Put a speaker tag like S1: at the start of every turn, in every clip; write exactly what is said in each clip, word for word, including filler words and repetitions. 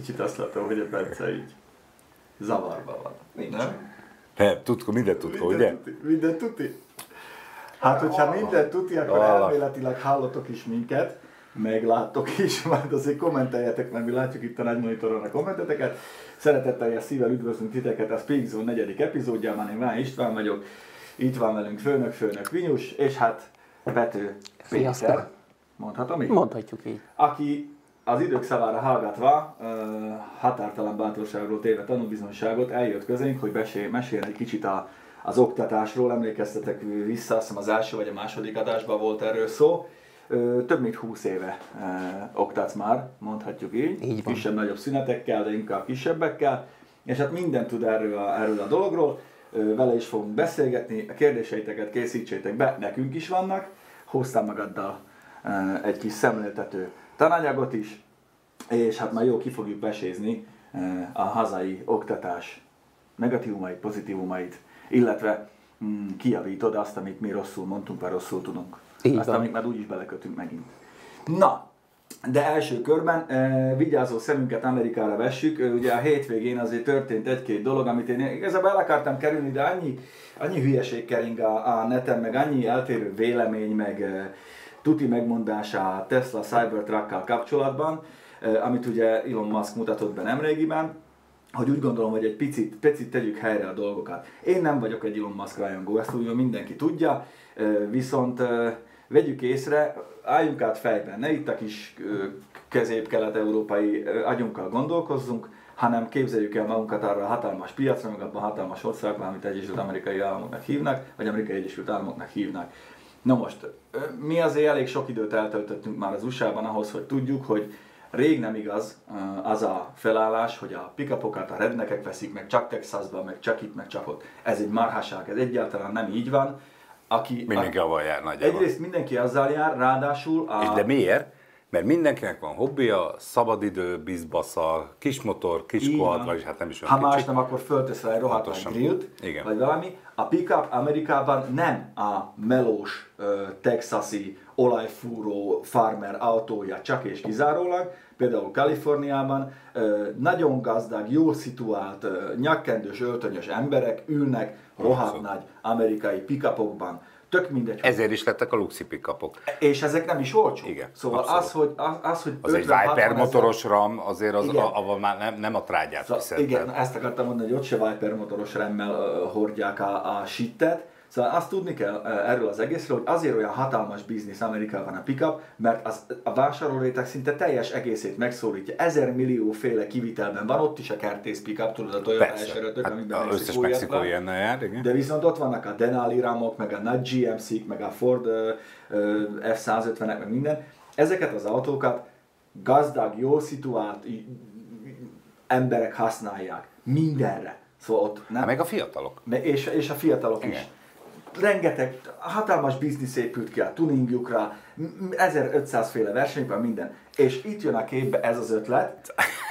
S1: kicsit azt látom, hogy a Bence így zavarban van.
S2: Nincs.
S3: Nem, tudko, mindent tudko, ugye?
S1: Tuti, minden tuti. Hát, hogyha minden tuti, akkor elméletileg hallotok is minket, meg láttok is, majd azért kommenteljetek, mert mi látjuk itt a nagy monitoron a kommenteteket. Szeretettel és szívvel üdvözlünk titeket a Speak Zone negyedik epizódjában, én Vány István vagyok. Itt van velünk főnök, főnök Vinyus, és hát Pető Péter. Mondhatom így?
S2: Mondhatjuk így.
S1: Aki az idők szavára hallgatva, uh, határtalan bátorságról téve tanúbizonyságot eljött közénk, hogy besél, meséljen egy kicsit a, az oktatásról. Emlékeztetek vissza, azt hiszem az első vagy a második adásban volt erről szó. Uh, több mint húsz éve uh, oktatsz már, mondhatjuk így.
S2: Így van.
S1: Kisebb-nagyobb szünetekkel, de inkább kisebbekkel. És hát mindent tud erről a, erről a dologról. Uh, vele is fogunk beszélgetni. A kérdéseiteket készítsétek be, nekünk is vannak. Hoztam magaddal uh, egy kis szemléltető tananyagot is, és hát már jó ki fogjuk besézni a hazai oktatás negatívumait, pozitívumait, illetve mm, kijavítod azt, amit mi rosszul mondtunk, vagy rosszul tudunk.
S2: Így
S1: azt,
S2: van.
S1: amit már úgyis belekötünk megint. Na, de első körben e, vigyázó szemünket Amerikára vessük. E, ugye a hétvégén azért történt egy-két dolog, amit én igazából el akartam kerülni, de annyi, annyi hülyeség kering a, a neten, meg annyi eltérő vélemény, meg e, tuti megmondása a Tesla Cybertruckkal kapcsolatban, amit ugye Elon Musk mutatott be nemrégiben, hogy úgy gondolom, hogy egy picit, picit tegyük helyre a dolgokat. Én nem vagyok egy Elon Musk rajongó, ezt úgy mindenki tudja, viszont vegyük észre, álljunk át fejben, ne itt a kis közép-kelet-európai agyunkkal gondolkozzunk, hanem képzeljük el magunkat arra a hatalmas piacra, meg abban a hatalmas országban, amit Egyesült Amerikai Államoknak hívnak, vagy Amerikai Egyesült Államoknak hívnak. Na most, mi azért elég sok időt eltöltöttünk már az u es á-ban ahhoz, hogy tudjuk, hogy rég nem igaz az a felállás, hogy a pick-upokat a rednekek veszik, meg csak Texasban, meg csak itt, meg csak ott. Ez egy marhaság, ez egyáltalán nem így van. Aki,
S3: Mindenki
S1: a,
S3: avval jár nagyjából.
S1: Egyrészt mindenki azzal jár, ráadásul a...
S3: És de miért? Mert mindenkinek van hobbija, szabadidő, bizbasza, kis motor, kis quad, vagyis hát nem is olyan
S1: Ha
S3: kicsi.
S1: más nem, akkor föltesz rá egy rohadt nagy grillt,
S3: Igen.
S1: vagy valami. A pickup Amerikában nem a melós, uh, texasi, olajfúró farmer autója csak és kizárólag. Például Kaliforniában uh, nagyon gazdag, jól szituált, uh, nyakkendős, öltönyös emberek ülnek rohadt nagy amerikai pickupokban. Tök mindegy.
S3: Ezért is lettek a luxi pick-upok.
S1: És ezek nem is olcsó.
S3: Igen,
S1: szóval
S3: abszolút.
S1: az, hogy, az, az, hogy
S3: Az egy Viper motoros ram, azért az, avval már nem, nem a trágyát
S1: szóval,
S3: viszed.
S1: igen, ezt akartam mondani, hogy ott se Viper motoros remmel uh, hordják a, a shittet. Szóval azt tudni kell uh, erről az egészről, hogy azért olyan hatalmas biznisz Amerikában a pickup, mert az, a vásárlóréteg szinte teljes egészét megszólítja. Ezer millió féle kivitelben van, ott is a kertész pickup, tudod, a Toyota es er ötök,
S3: hát
S1: amiben
S3: az összes mexikói ilyennel jár, igen.
S1: De viszont ott vannak a Denali ramok, meg a nagy gé em cé-k, meg a Ford uh, uh, ef száz ötvenek, meg minden. Ezeket az autókat gazdag, jól szituált emberek használják mindenre. Szóval ott nem.
S3: Hát meg a fiatalok.
S1: És, és a fiatalok
S3: igen.
S1: is. Rengeteg hatalmas biznisz épült ki a tuningjukra, ezerötszáz féle versenyben, minden. És itt jön a képbe ez az ötlet,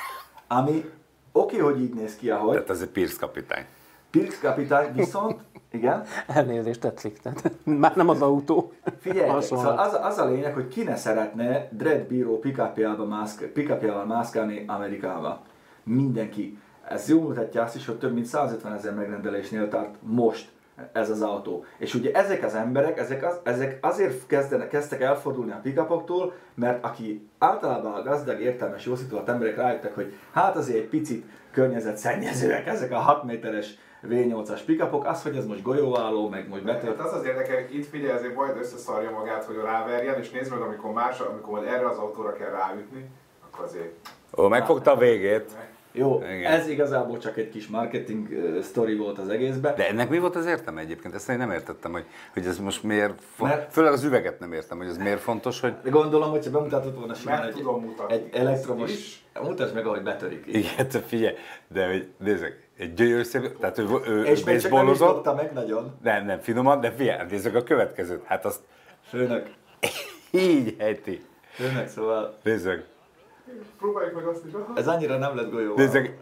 S1: ami oké, okay, hogy így néz ki, ahogy.
S3: Tehát ez egy Pierce kapitány.
S1: Pierce kapitány, viszont, igen.
S2: Elnézést, tetszik, tehát már nem az autó.
S1: Figyelj, szóval az, az a lényeg, hogy ki ne szeretne Dread bíró pick-upjával mászk, pick mászkálni Amerikába. Mindenki. Ez jól mutatja azt is, hogy több mint százötvenezer megrendelésnél tart most ez az autó. És ugye ezek az emberek, ezek, az, ezek azért kezdenek, kezdtek elfordulni a pick-upoktól, mert aki általában a gazdag, értelmes, jó szituált emberek rájöttek, hogy hát azért egy picit környezetszennyezőek ezek a hat méteres vé nyolcas pick-upok, az, hogy ez most golyóálló, meg most betölt.
S4: Hát az az érdekel, hogy itt figyelj, azért majd összeszarja magát, hogy ráverjen, és nézd meg, amikor más, amikor majd erre az autóra kell ráütni, akkor azért...
S3: Ó, megfogta a végét.
S1: Jó,
S3: igen.
S1: Ez igazából csak egy kis marketing uh, sztori volt az egészben.
S3: De ennek mi volt az értelme egyébként? Ezt én nem értettem, hogy, hogy ez most miért fontos.
S1: Mert...
S3: Főleg az üveget nem értem, hogy ez miért fontos, hogy...
S1: De gondolom, hogyha bemutatott volna simán egy, egy elektromos...
S4: is.
S1: Mutasd meg, ahogy betörik.
S3: Igen, te figyelj, de hogy nézzek, egy gyönyörszép, tehát ő, ő,
S1: és
S3: ő
S1: még csak nem is
S3: baseballozott.
S1: dobta meg nagyon.
S3: Nem, nem, finoman, de figyelj, nézzük a következőt. Hát azt...
S1: Főnök.
S3: Így heti.
S1: Főnök, szóval...
S3: Nézzük.
S4: Próbáljuk meg azt is.
S1: Ez annyira nem lett golyóval.
S3: Nézzük.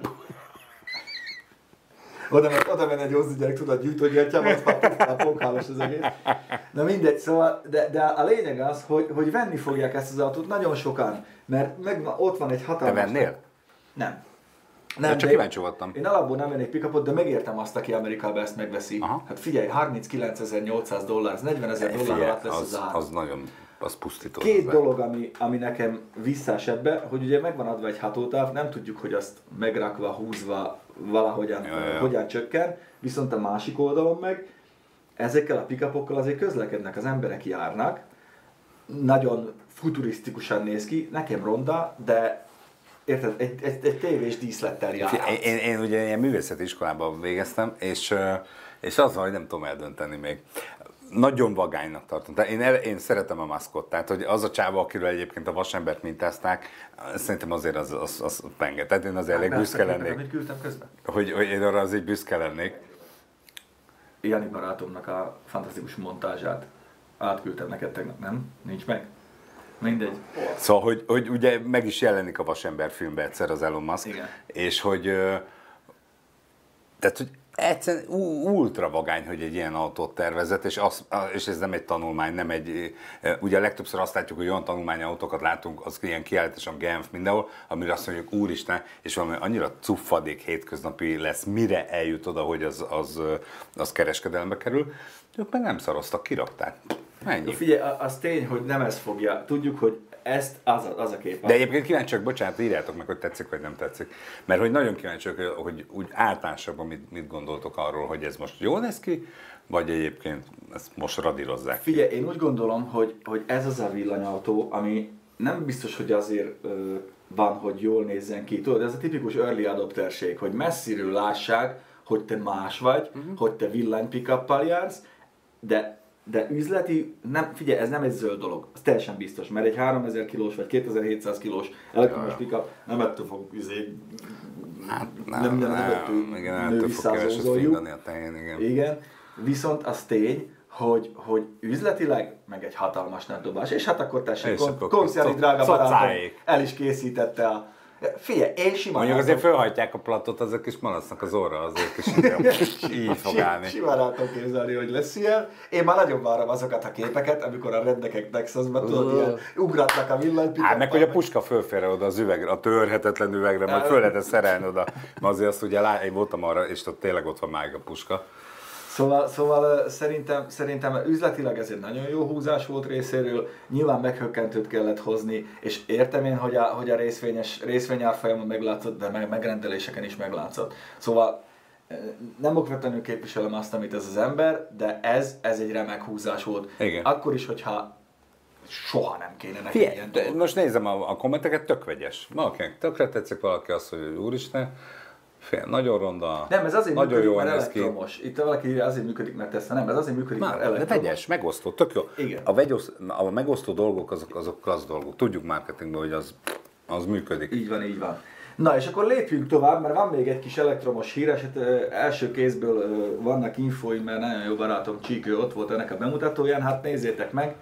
S1: Oda, oda menne egy hozzá gyerek, tudod, gyújtógyertyával, az már pókhálos az egész. Na mindegy, szóval, de, de a lényeg az, hogy, hogy venni fogják ezt az autót nagyon sokan, mert meg, ott van egy hatalmas...
S3: Te vennél?
S1: Nem.
S3: Nem, de csak kíváncsi voltam.
S1: Én alapból nem vennék pick-upot, de megértem azt, aki Amerikába ezt megveszi. Aha. Hát figyelj, harminckilencezer-nyolcszáz dollár, ez negyvenezer dollár alatt lesz az, az ár.
S3: Az nagyon, az pusztító.
S1: Két dolog, ami, ami nekem visszaesett be, hogy ugye megvan adva egy hatótáv, nem tudjuk, hogy azt megrakva, húzva, valahogyan ja, ja. hogyan csökken, viszont a másik oldalon meg ezekkel a pick-upokkal azért közlekednek, az emberek járnak, nagyon futurisztikusan néz ki, nekem ronda, de érted, egy, egy, egy tévés díszlettel jár.
S3: Én, én, én ugye ilyen művészeti iskolában végeztem, és, és az van, hogy nem tudom eldönteni még. Nagyon vagánynak tartom. Tehát én, én szeretem a maszkot, tehát hogy az a csáva, akiről egyébként a vasembert mintázták, szerintem azért az, az, az penge. Tehát én azért elég büszke lennék.
S1: Amit küldtem közben?
S3: Hogy, hogy én arra azért büszke lennék.
S1: Jani barátomnak a fantasztikus montázsát átküldtem neked tegnap, nem? Nincs meg? Mindegy.
S3: Szóval, hogy, hogy ugye meg is jelenik a Vasember filmben egyszer az Elon Musk,
S1: igen.
S3: És hogy, tehát, hogy egyszerűen ultra vagány, hogy egy ilyen autót tervezett, és, az, és ez nem egy tanulmány, nem egy, ugye legtöbbször azt látjuk, hogy olyan tanulmányi autókat látunk, az ilyen kiállításon Genf mindenhol, amire azt mondjuk, úristen, és valami annyira cuffadék hétköznapi lesz, mire eljut oda, hogy az, az, az kereskedelembe kerül, ők meg nem szaroztak, kirakták. Ennyi.
S1: Figyelj, az tény, hogy nem ez fogja. Tudjuk, hogy ezt az a, az a kép.
S3: De egyébként kíváncsiak, bocsánat, írjátok meg, hogy tetszik vagy nem tetszik. Mert hogy nagyon kíváncsiak, hogy úgy általánosabban mit, mit gondoltok arról, hogy ez most jól néz ki, vagy egyébként ezt most radírozzák.
S1: Figyelj, én úgy gondolom, hogy, hogy ez az a villanyautó, ami nem biztos, hogy azért ö, van, hogy jól nézzen ki. Tudod, ez a tipikus early adopterség, hogy messziről lássák, hogy te más vagy, uh-huh. hogy te villany pick-uppal jársz, de De üzleti, nem, figyelj, ez nem egy zöld dolog, az teljesen biztos, mert egy háromezer kilós vagy kétezer-hétszáz kilós elektromos pick-up nem ettől fog üzé,
S3: hát, nem,
S1: nem, nem,
S3: nem,
S1: nem,
S3: igen,
S1: nő visszázózoljuk.
S3: A tején, igen.
S1: igen, viszont az tény, hogy, hogy üzletileg meg egy hatalmas nagy dobás, és hát akkor tessék, Konciáni drága barátom el is készítette a... Figyelj, én simán...
S3: Mondjuk azért fölhajtják a platot, azok is malasznak az orra, azért is így fog állni.
S1: Simán el tudom képzelni, hogy lesz ilyen. Én már nagyon várom azokat a képeket, amikor a rendekek Texasban, tudod, ilyen ugratnak a villanypikapban.
S3: Hát meg, hogy a puska fölférre oda az üvegre, a törhetetlen üvegre, majd föl lehet szerelni oda. Azért azt ugye lá... én voltam arra, és ott tényleg ott van máig a puska.
S1: Szóval, szóval szerintem, szerintem üzletileg ez egy nagyon jó húzás volt részéről, nyilván meghökkentőt kellett hozni, és értem én, hogy a, hogy a részvényes, részvényárfolyamon meglátszott, de meg, megrendeléseken is meglátszott. Szóval nem okvetlenül képviselem azt, amit ez az ember, de ez, ez egy remek húzás volt.
S3: Igen.
S1: Akkor is, hogyha soha nem kéne neki Fie, ilyen dolog.
S3: Most nézem a, a kommenteket, tök vegyes. Valakinek tökre tetszik, valaki azt, hogy úristen, fél, nagyon ronda,
S1: nem, ez azért
S3: nagyon
S1: működik,
S3: jól
S1: mert
S3: néz ki.
S1: elektromos. Itt valaki azért működik, mert teszem, nem, ez azért működik,
S3: Na,
S1: mert elektromos.
S3: De vegyes, megosztó, tök jó.
S1: Igen.
S3: A, vegyosz, a megosztó dolgok, azok, azok klassz dolgok. Tudjuk marketingben, hogy az, az működik.
S1: Így van, így van. Na és akkor lépjünk tovább, mert van még egy kis elektromos híres, hát, ö, első kézből ö, vannak infóim, mert nagyon jó barátom Csíkő ott volt ennek a bemutatóján, hát nézzétek meg.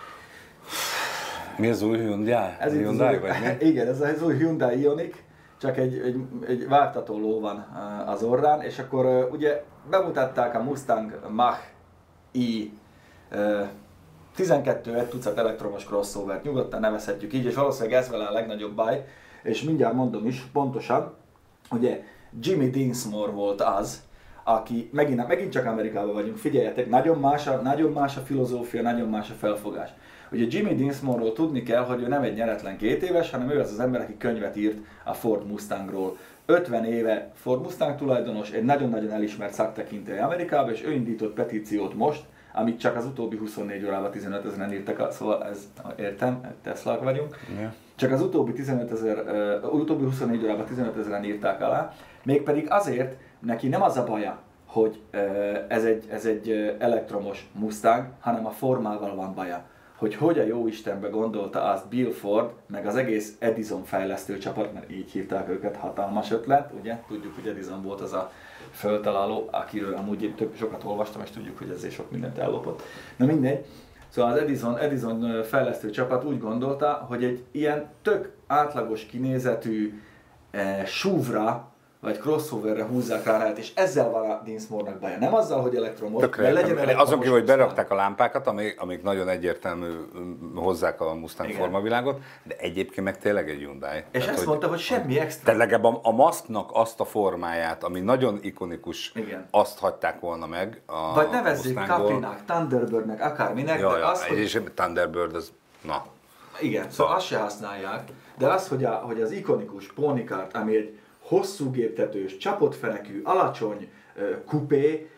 S3: Mi az új Hyundai?
S1: Ez
S3: Hyundai
S1: új,
S3: vagy mi?
S1: Igen, ez az új Hyundai Ioniq, csak egy, egy, egy váltató ló van az orrán, és akkor ugye bemutatták a Mustang Mach-E tizenkettő egy tucat elektromos crossovert, nyugodtan nevezhetjük így, és valószínűleg ez vele a legnagyobb baj, és mindjárt mondom is pontosan, ugye Jimmy Dinsmore volt az, aki, megint, megint csak Amerikában vagyunk, figyeljetek, nagyon más, a, nagyon más a filozófia, nagyon más a felfogás. Ugye Jimmy Dinsmore-ról tudni kell, hogy ő nem egy nyeretlen két éves, hanem ő az az ember, aki könyvet írt a Ford Mustangról. ötven éve Ford Mustang tulajdonos, egy nagyon-nagyon elismert szaktekintély Amerikában, és ő indított petíciót most, amit csak az utóbbi huszonnégy órában tizenöt ezeren írtak, szóval ez, értem, Teslák vagyunk. Yeah. Csak az utóbbi, tizenöt ezer, uh, utóbbi huszonnégy órában tizenöt ezeren írták alá, mégpedig azért, neki nem az a baja, hogy uh, ez, egy, ez egy uh, elektromos Mustang, hanem a formával van baja. Hogy hogy a jó Istenbe gondolta azt Bill Ford, meg az egész Edison fejlesztő csapat, mert így hívták őket, hatalmas ötlet, ugye? Tudjuk, hogy Edison volt az a föltaláló, akiről amúgy több sokat olvastam, és tudjuk, hogy ezért sok mindent ellopott. Na mindegy. Szóval az Edison, Edison fejlesztő csapat úgy gondolta, hogy egy ilyen tök átlagos kinézetű eh, súvra vagy crossoverre húzzák rá lehet, és ezzel van a Dinsmore-nak baja. Nem azzal, hogy elektromos,
S3: Tökre
S1: de legyen elektromos.
S3: azon kívül, hogy berakták a lámpákat, amik, amik nagyon egyértelmű hozzák a Mustang
S1: Igen.
S3: formavilágot, de egyébként meg tényleg egy Hyundai.
S1: És
S3: Tehát,
S1: ezt
S3: hogy,
S1: mondta, hogy semmi extra.
S3: tehát legalább a, a maszknak azt a formáját, ami nagyon ikonikus,
S1: Igen.
S3: azt hagyták volna meg a
S1: Vagy nevezzék
S3: Mustangból.
S1: Caprinak, Thunderbirdnek, akárminek,
S3: Ja,
S1: de
S3: ja,
S1: az, hogy...
S3: és Thunderbird, az, na.
S1: Igen, szóval azt se használják, de az, hogy, a, hogy az ikonikus Ponycart, ami egy hosszú géptetős, csapott fenekű, alacsony uh, kupé,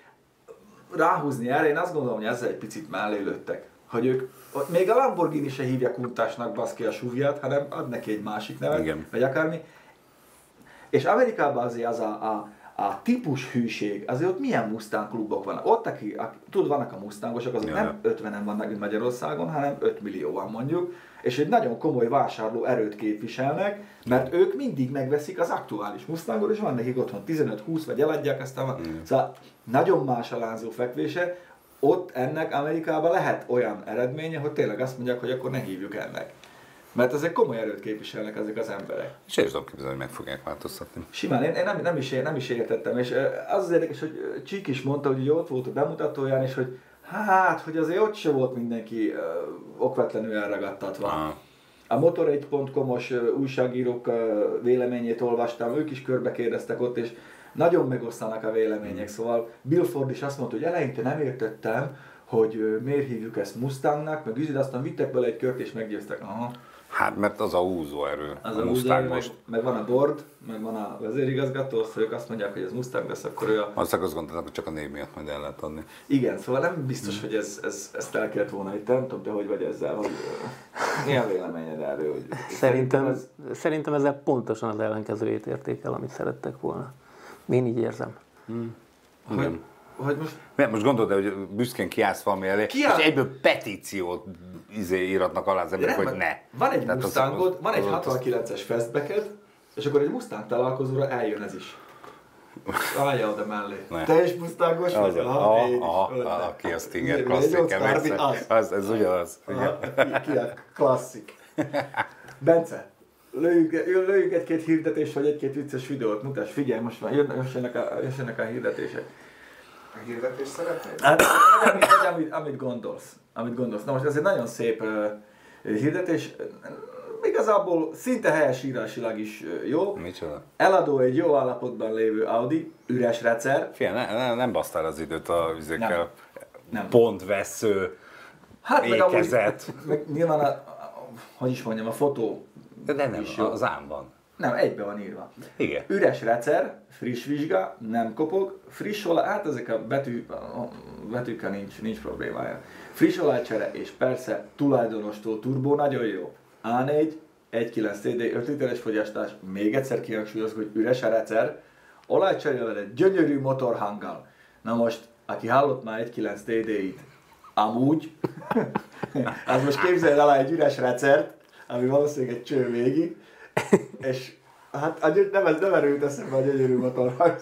S1: ráhúzni erre, én azt gondolom, hogy ezzel egy picit mellé lőttek. Hogy ők, még a Lamborghini se hívja kuntásnak baszki a súvját, hanem ad neki egy másik nevet,
S3: Igen.
S1: vagy akármi. És Amerikában azért az a, a, a típus hűség, azért ott milyen Mustang klubok vannak. Ott, aki, aki tud, vannak a Mustangosok, azok
S3: Ja.
S1: nem ötvenen vannak, mint Magyarországon, hanem öt millióan mondjuk, és egy nagyon komoly vásárló erőt képviselnek, mert ők mindig megveszik az aktuális Mustangot, és van nekik otthon tizenöt-húsz, vagy eladják, aztán van. Mm. Szóval nagyon más a lánzó fekvése, ott ennek Amerikában lehet olyan eredménye, hogy tényleg azt mondják, hogy akkor ne hívjuk ennek. Mert ezek komoly erőt képviselnek ezek az emberek.
S3: És én is tudom képzelni, hogy meg fogják változtatni.
S1: Simán, én, én nem, nem, is, nem is értettem, és az az érdekes, hogy Csík is mondta, hogy ugye ott volt a bemutatóján, és hogy hát, hogy azért ott se volt mindenki uh, okvetlenül elragadtatva.
S3: Ah.
S1: A motor egy pont com-os uh, újságírók uh, véleményét olvastam, ők is körbe kérdeztek ott, és nagyon megosztanak a vélemények, szóval Bill Ford is azt mondta, hogy eleinte nem értettem, hogy uh, miért hívjuk ezt Mustangnak, meg üzid, aztán vittek bele egy kört és meggyőztek. Aha.
S3: Hát, mert az a húzóerő.
S1: Az
S3: a
S1: a
S3: Mustang
S1: meg,
S3: most.
S1: meg van a board, meg van a vezérigazgató, szóval ők azt mondják, hogy ez Mustang lesz, akkor ő a...
S3: Azt azt gondoltam, hogy csak a név miatt majd el lehet adni.
S1: Igen, szóval nem biztos, hogy ez, ez, ezt el kellett volna itt, nem tudom, te hogy vagy ezzel, hogy ö, milyen véleményed erről, hogy
S2: Szerintem,
S1: ez...
S2: szerintem ezzel pontosan az ellenkezőjét érték el, amit szerettek volna. Én így érzem.
S1: Hogy, hogy most...
S3: Mert most gondolod, hogy büszkén kiállsz valami elé,
S1: Kiáll-
S3: és egyből petíciót izé íratnak alá az emberek,
S1: Nem,
S3: hogy ne.
S1: Van egy
S3: Tehát az-
S1: Mustangod,
S3: az-
S1: van egy
S3: az-
S1: hatvankilences fastbacked, és akkor egy Mustang találkozóra eljön ez is. Állja oda mellé.
S3: Ne.
S1: Te is Mustangos
S3: Az,
S1: vagy?
S3: a,
S1: én is.
S3: a,
S1: Ötlet.
S3: a, aki a Stinger
S1: Ugye,
S3: klasszik,
S1: egy nyolc Barbie, az.
S3: az, ez ugyanaz.
S1: Aha, ki, ki a klasszik. Bence, lőjünk, lőjünk egy-két hirdetést, vagy egy-két vicces videót, mutass, figyelj, most már jön- jössenek a, jössenek a hirdetések.
S4: A hirdetést szeretnéd?
S1: Hát, vagy amit, vagy amit, amit gondolsz, amit gondolsz. Na most ez egy nagyon szép uh, hirdetés, igazából szinte helyesírásilag is uh, jó.
S3: Micsoda?
S1: Eladó egy jó állapotban lévő Audi, üres recer.
S3: Figyelj, ne, ne, nem basztál az időt a vizekkel.
S1: Nem.
S3: Pontvesző,
S1: Hát meg amúgy,
S3: ékezet.
S1: meg nyilván a, a, hogy is mondjam, a fotó
S3: De nem,
S1: is jó.
S3: az ám van.
S1: Nem, egybe van írva.
S3: Igen.
S1: Üres recer, friss vizsga, nem kopog, friss olaj, hát ezek a betű, a betűkkel nincs, nincs problémája. Friss olajcsere, és persze tulajdonostól turbó nagyon jó. á négy, egy egész kilenc té dé, öt literes fogyasztás, még egyszer kihangsúlyozok, hogy üres a recer, olajcserével egy gyönyörű motorhanggal. Na most, aki hallott már egy egész kilenc té dé-it, amúgy, az most képzelj el egy üres recert, ami valószínűleg egy cső végig, és hát a gyö- nem, nem erőt eszembe a gyönyörű motorhang.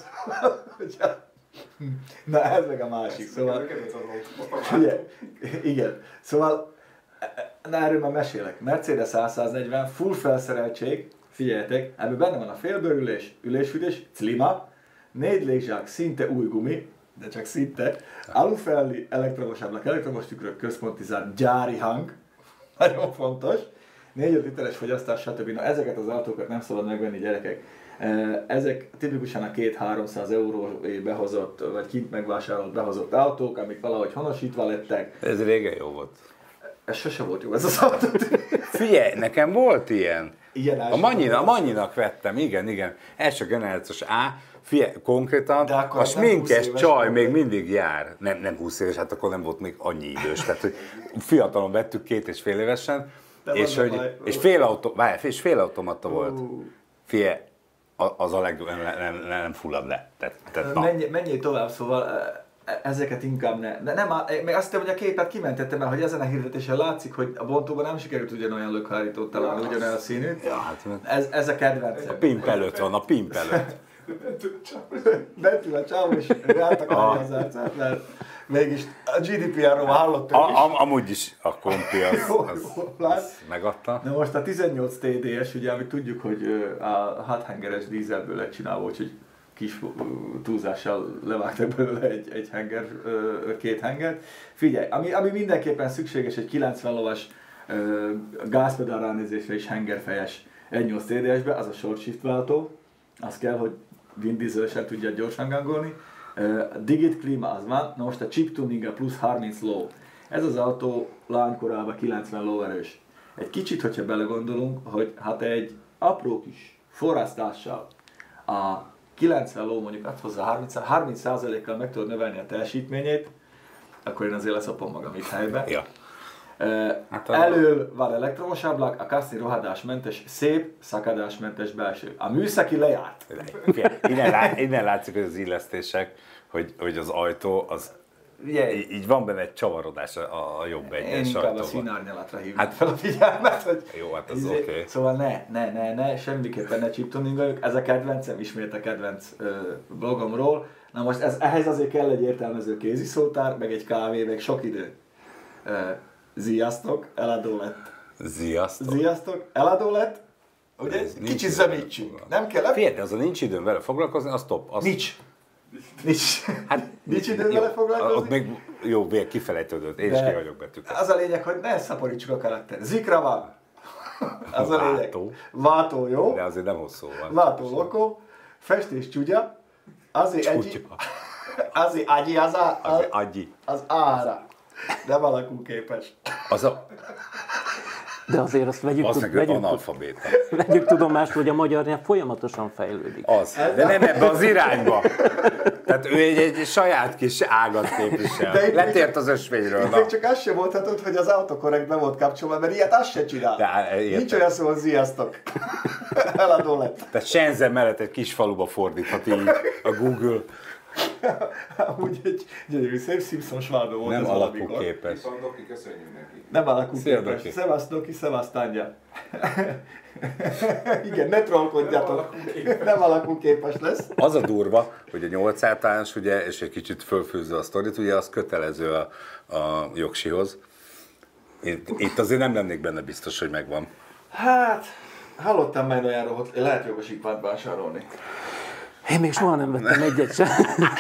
S1: Na ez meg a másik, szóval... Ugye, igen, szóval na erről már mesélek. Mercedes A száznegyven, full felszereltség, figyeljetek, ebben benne van a félbőrülés, ülésfűtés, klíma, négy légzsák, szinte új gumi, de csak szinte, alufelli, elektromos ablak, elektromos tükrök, központi zár, gyári hang, nagyon fontos, négy literes fogyasztás, stb. Na, ezeket az autókat nem szabad megvenni, gyerekek. Ezek tipikusan a két-háromszáz euró behozott, vagy kint megvásárolt behozott autók, amik valahogy honosítva lettek.
S3: Ez régen jó volt.
S1: Ez sose volt jó, ez az autó.
S3: Figyelj, nekem volt ilyen.
S1: Ilyen
S3: A Manyinak, a Manyinak vettem, igen, igen. Első generációs A, figyelj, konkrétan
S1: De akkor
S3: a
S1: az nem húsz
S3: sminkes
S1: éves
S3: csaj
S1: volt.
S3: még mindig jár. Nem, nem húsz éves, hát akkor nem volt még annyi idős. Tehát, hogy fiatalon vettük, két és fél évesen,
S1: De
S3: és,
S1: van
S3: hogy,
S1: baj.
S3: és fél, autó, várj, és fél automata volt.
S1: Ú.
S3: Figyelj, a- az a leg, nem, nem, nem, nem fullad le. Tehát, tehát, na.
S1: Menj, menjél tovább, szóval e- ezeket inkább ne. De nem, á- még azt hittem, hogy a képet kimentettem el, hogy ezen a hirdetésen látszik, hogy a bontóban nem sikerült ugyanolyan lökhárítót találni, ugyanolyan a színűt.
S3: Ja, hát,
S1: Ez, ez a kedvencem.
S3: a pimp előtt van, a pimp előtt.
S1: Bent ül a csávó, és rátak a az arcát, mert mégis a gé dé pé er-ról hallottam
S3: A,
S1: is.
S3: a, amúgy is a kompi az,
S1: Jó,
S3: az,
S1: jó, lát.
S3: az megadta.
S1: Na most a tizennyolc té dé-es, ugye, amit tudjuk, hogy ö, a hathengeres dízelből lett csinálva, úgyhogy kis túlzással levágtak belőle egy, egy henger, két hengert. Figyelj, ami, ami mindenképpen szükséges egy kilencven lovas gázpedál ránézésre is hengerfejes egy nyolc té dé es-be, az a short shift váltó. Az kell, hogy Vin Diesel-sen tudja gyorsan gangolni. Digit klíma az van, na most a chip tuning plusz harminc ló. Ez az autó lánykorában kilencven lóerős. Egy kicsit, hogyha belegondolunk, hogy hát egy apró kis forrasztással a kilencven ló mondjuk azt hozzá harminc százalékkal meg tudod növelni a teljesítményét, akkor én azért leszopom magam itt helyben.
S3: Ja.
S1: Uh, hát elől van elektromos ablak, a kaszni rohadásmentes, szép, szakadásmentes belső. A műszaki lejárt.
S3: Innen, lá, innen látszik, hogy az illesztések, hogy, hogy az ajtó, az ugye, így van benne egy csavarodás a, a jobb egyes
S1: sajtóban. Én inkább
S3: sajtóban.
S1: a színárnyalatra hívnám hát, fel a figyelmet, hogy
S3: jó, hát az oké. Okay.
S1: Szóval ne, ne, ne, ne, semmiképpen ne chip tuningoljuk. Ez a kedvencem, ismét a kedvenc uh, blogomról. Na most ez, ehhez azért kell egy értelmező kéziszótár, meg egy kávé, meg sok idő. Uh, Sziasztok, eladó lett.
S3: Sziasztok.
S1: Sziasztok, eladó lett. Ugye? Kicsit zömítsünk. Nem kell?
S3: Figyelj, az a nincs időm vele foglalkozni, az top. Az...
S1: Nincs. Nincs. Hát, nincs időm vele foglalkozni?
S3: Ott még jó, végig kifelejtődött. Én is ki vagyok betűket.
S1: Az a lényeg, hogy ne szaporítsuk a karakter. Zikra van. Az a lényeg.
S3: Vátó.
S1: Vátó, jó?
S3: De azért nem hosszú van.
S1: Vátó lokó. Festés csúgya. Azért egyi. Azért agyi az a...
S3: Azért agyi.
S1: Az ára. Nem alakúképes.
S3: Az a...
S2: De azért azt vegyük,
S3: az
S2: tud, vegyük,
S3: analfabéta.
S2: vegyük tudomást, hogy a magyar nyelv folyamatosan fejlődik.
S3: Az, de nem ebbe az irányba. Tehát ő egy, egy saját kis ágat képvisel. Letért az ösvényről.
S1: Még csak azt sem mondhatod, hogy az autokorrekt be volt kapcsolva, mert ilyet azt se csinál. De, nincs olyan szó, hogy sziasztok. Eladó lett.
S3: Tehát Shenzhen mellett egy kis faluba fordíthat így a Google.
S1: Amúgy egy gyönyörű szép Simpsons várdó volt.
S3: Nem alakúképes.
S4: Doki, köszönjük neki.
S1: Nem alakúképes. Szevasz Doki, szevasz Tanya. Igen, ne trollkodjatok. Nem alakúképes lesz.
S3: Az a durva, hogy a nyolc általános, ugye, és egy kicsit fölfűzve a sztorit, ugye az kötelező a, a jogsihoz. Itt azért nem lennék benne biztos, hogy megvan.
S1: Hát, hallottam már olyanról, hogy lehet jogosítványt vásárolni.
S2: Én még soha nem vettem egyet sem.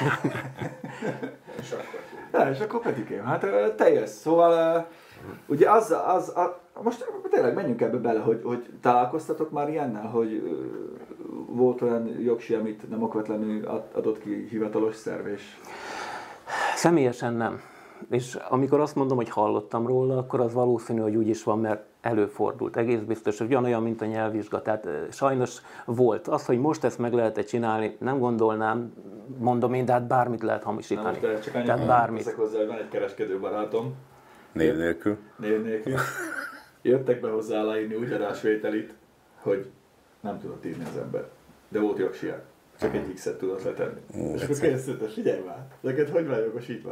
S4: És akkor
S1: ja, és akkor Petikém, hát teljes. Szóval ugye az, az, az, most tényleg menjünk ebbe bele, hogy, hogy találkoztatok már ilyennel, hogy volt olyan jogsi, amit nem okvetlenül adott ki hivatalos szerv, és...
S2: Személyesen nem. És amikor azt mondom, hogy hallottam róla, akkor az valószínű, hogy úgy is van, mert előfordult. Egész biztos, hogy ugyanolyan, mint a nyelvvizsga. Tehát sajnos volt. Az, hogy most ezt meg lehet csinálni, nem gondolnám, mondom én, de hát bármit lehet hamisítani.
S1: Na, csak
S2: tehát bármit.
S1: Teszek hozzá, hogy van egy kereskedő barátom.
S3: Név nélkül.
S1: Név nélkül. Jöttek be hozzá aláírni úgy adásvételit, hogy nem tudott írni az ember. De volt jogsiák. Csak egy X-et tudott letenni. Ó, és akkor kérdezte, figyelj már, ezeket hogy van jogosítva?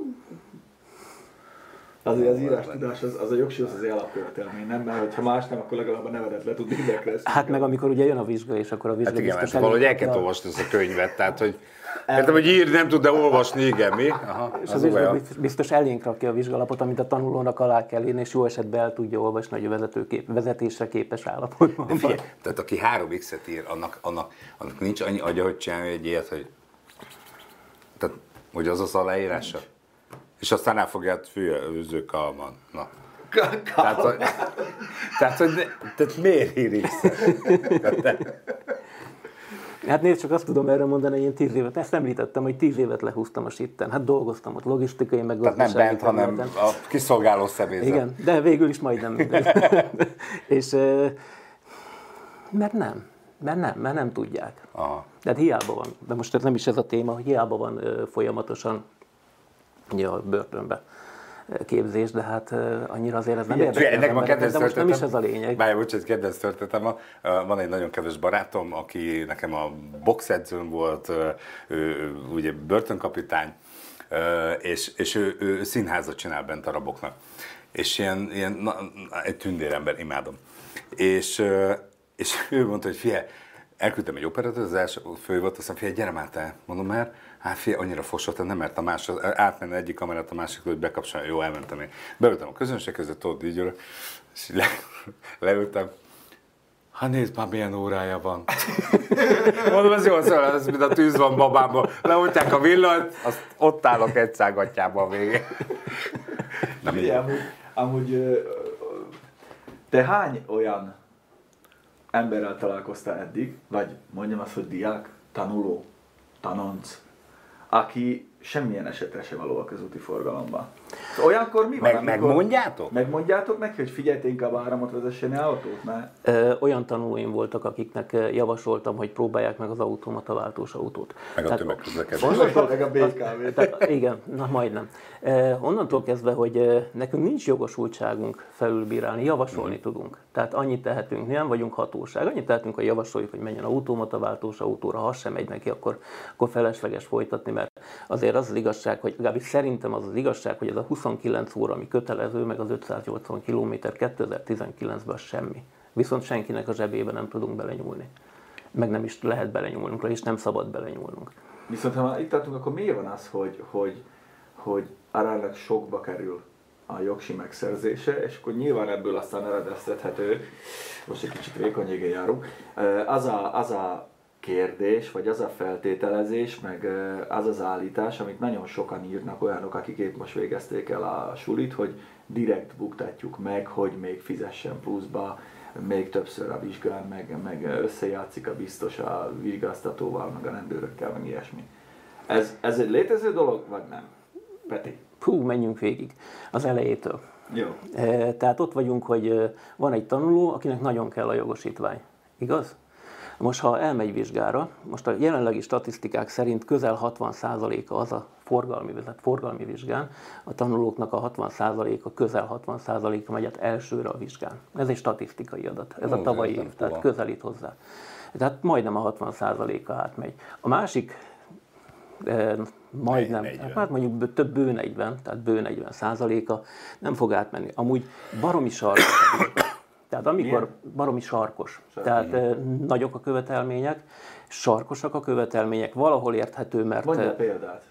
S1: Azért az írás tudás, az, az a jogsihoz az alapkövetelmény, nem? Mert ha más nem, akkor legalább a nevedet le tud mindenkre.
S2: Hát meg amikor ugye jön a vizsga, és akkor a vizsga
S3: hát igen,
S2: biztos...
S3: Hát valahogy el kell olvasni ezt a könyvet, tehát hogy... Értem, hogy írni nem tud, de olvasni, igen, mi? Aha,
S2: és az, az biztos, biztos elénk rakja a vizsgalapot, amit a tanulónak alá kell írni, és jó esetben el tudja olvasni, hogy a vezetőkép, vezetésre képes állapotban van.
S3: Figyelj, tehát aki három X-et ír, annak, annak, annak nincs annyi agya, hogy csinálni egy ilyet, hogy... Tehát, hogy az az aláírása? És aztán elfogját főző kalman. Na. Tehát, hogy, tehát, hogy tehát miért ír X-et?
S2: Hát nézd, csak azt tudom erre mondani, hogy én tíz évet, ezt említettem, hogy tíz évet lehúztam a sitten. Hát dolgoztam ott, logisztikai, meg
S3: tehát nem bent, hanem a kiszolgáló személyzet.
S2: Igen, de végül is majdnem. És mert nem, mert nem, mert nem tudják.
S3: Aha.
S2: De hát hiába van, de most nem is ez a téma, hogy hiába van folyamatosan ugye a börtönbe képzés, de hát annyira azért ez nem érdekel.
S3: Ennek van kedvenc
S2: de most nem is ez a lényeg.
S3: Bárja, bocsánat, kedvenc történetem van. Van egy nagyon kedves barátom, aki nekem a boxedzőm volt, ő, ugye börtönkapitány, és, és ő, ő színházat csinál bent a raboknak. És ilyen, ilyen na, egy tündérember, imádom. És, és ő mondta, hogy figyelj, elküldtem egy operatőrt, az első fő volt, azt mondja, figyelj, gyere már te, mondom már, hát figyelj, annyira fos volt, nem mert a másik, átmenni egyik kamerát a másik, hogy bekapcsolni, jó, elmentem én. Beültem a közönség között, ott így ülök, és le, leültem. Hát nézd már, milyen órája van. Mondom, ez jól szól, ez mint a tűz van babámban. Leoltják a villanyt, azt ott állok egy szágatjában a végén.
S1: Nem így. Amúgy, amúgy te hány olyan emberrel találkoztál eddig, vagy mondjam azt, hogy diák, tanuló, tanonc, aki semmilyen esetre sem való a közúti forgalomban? Olyankor mi van?
S3: Meg, megmondjátok?
S1: Megmondjátok neki, hogy figyelj, inkább áramot vezessen el autót? Mert...
S2: Ö, olyan tanulóim voltak, akiknek javasoltam, hogy próbálják meg az automata váltós autót.
S3: Meg a tömegközlekedés.
S1: Meg a bé ká vé.
S2: Igen, na majdnem. E, onnantól kezdve, hogy e, nekünk nincs jogosultságunk felülbírálni, javasolni mm. tudunk. Tehát annyit tehetünk, nem vagyunk hatóság, annyit tehetünk, hogy javasoljuk, hogy menjen automata váltós autóra, ha sem megy neki, akkor, akkor felesleges folytatni, mert azért az az igazság, hogy legalábbis szerintem az az igazság, hogy ez a huszonkilenc óra, ami kötelező, meg az ötszáznyolcvan kilométer kétezer-tizenkilencben semmi. Viszont senkinek a zsebébe nem tudunk belenyúlni. Meg nem is lehet belenyúlnunk, és nem szabad belenyúlnunk.
S1: Viszont ha már itt tartunk, akkor miért van az, hogy, hogy, hogy aránylag sokba kerül a jogsi megszerzése, és akkor nyilván ebből aztán eredeztethető, most egy kicsit vékony égén járunk, az a, az a kérdés, vagy az a feltételezés, meg az az állítás, amit nagyon sokan írnak, olyanok, akik épp most végezték el a sulit, hogy direkt buktatjuk meg, hogy még fizessen pluszba, még többször a vizsgán, meg, meg összejátszik a biztos a vizsgáztatóval, meg a rendőrökkel, meg ilyesmi. Ez, ez egy létező dolog, vagy nem? Peti?
S2: Hú, menjünk végig az elejétől.
S1: Jó.
S2: E, tehát ott vagyunk, hogy van egy tanuló, akinek nagyon kell a jogosítvány. Igaz? Most ha elmegy vizsgára, most a jelenlegi statisztikák szerint közel hatvan százaléka az a forgalmi, tehát forgalmi vizsgán, a tanulóknak a hatvan százaléka, közel hatvan százaléka megy át elsőre a vizsgán. Ez egy statisztikai adat, ez
S3: Ó,
S2: a tavalyi év, tehát közelít hozzá. Tehát majdnem a hatvan százaléka átmegy. A másik eh, majdnem, hát mondjuk több bő negyven, tehát bő negyven százaléka nem fog átmenni. Amúgy baromi sarkos. Tehát amikor milyen? Baromi sarkos, sarkos. Tehát e, nagyok a követelmények, sarkosak a követelmények, valahol érthető, mert...
S1: Mondj a példát.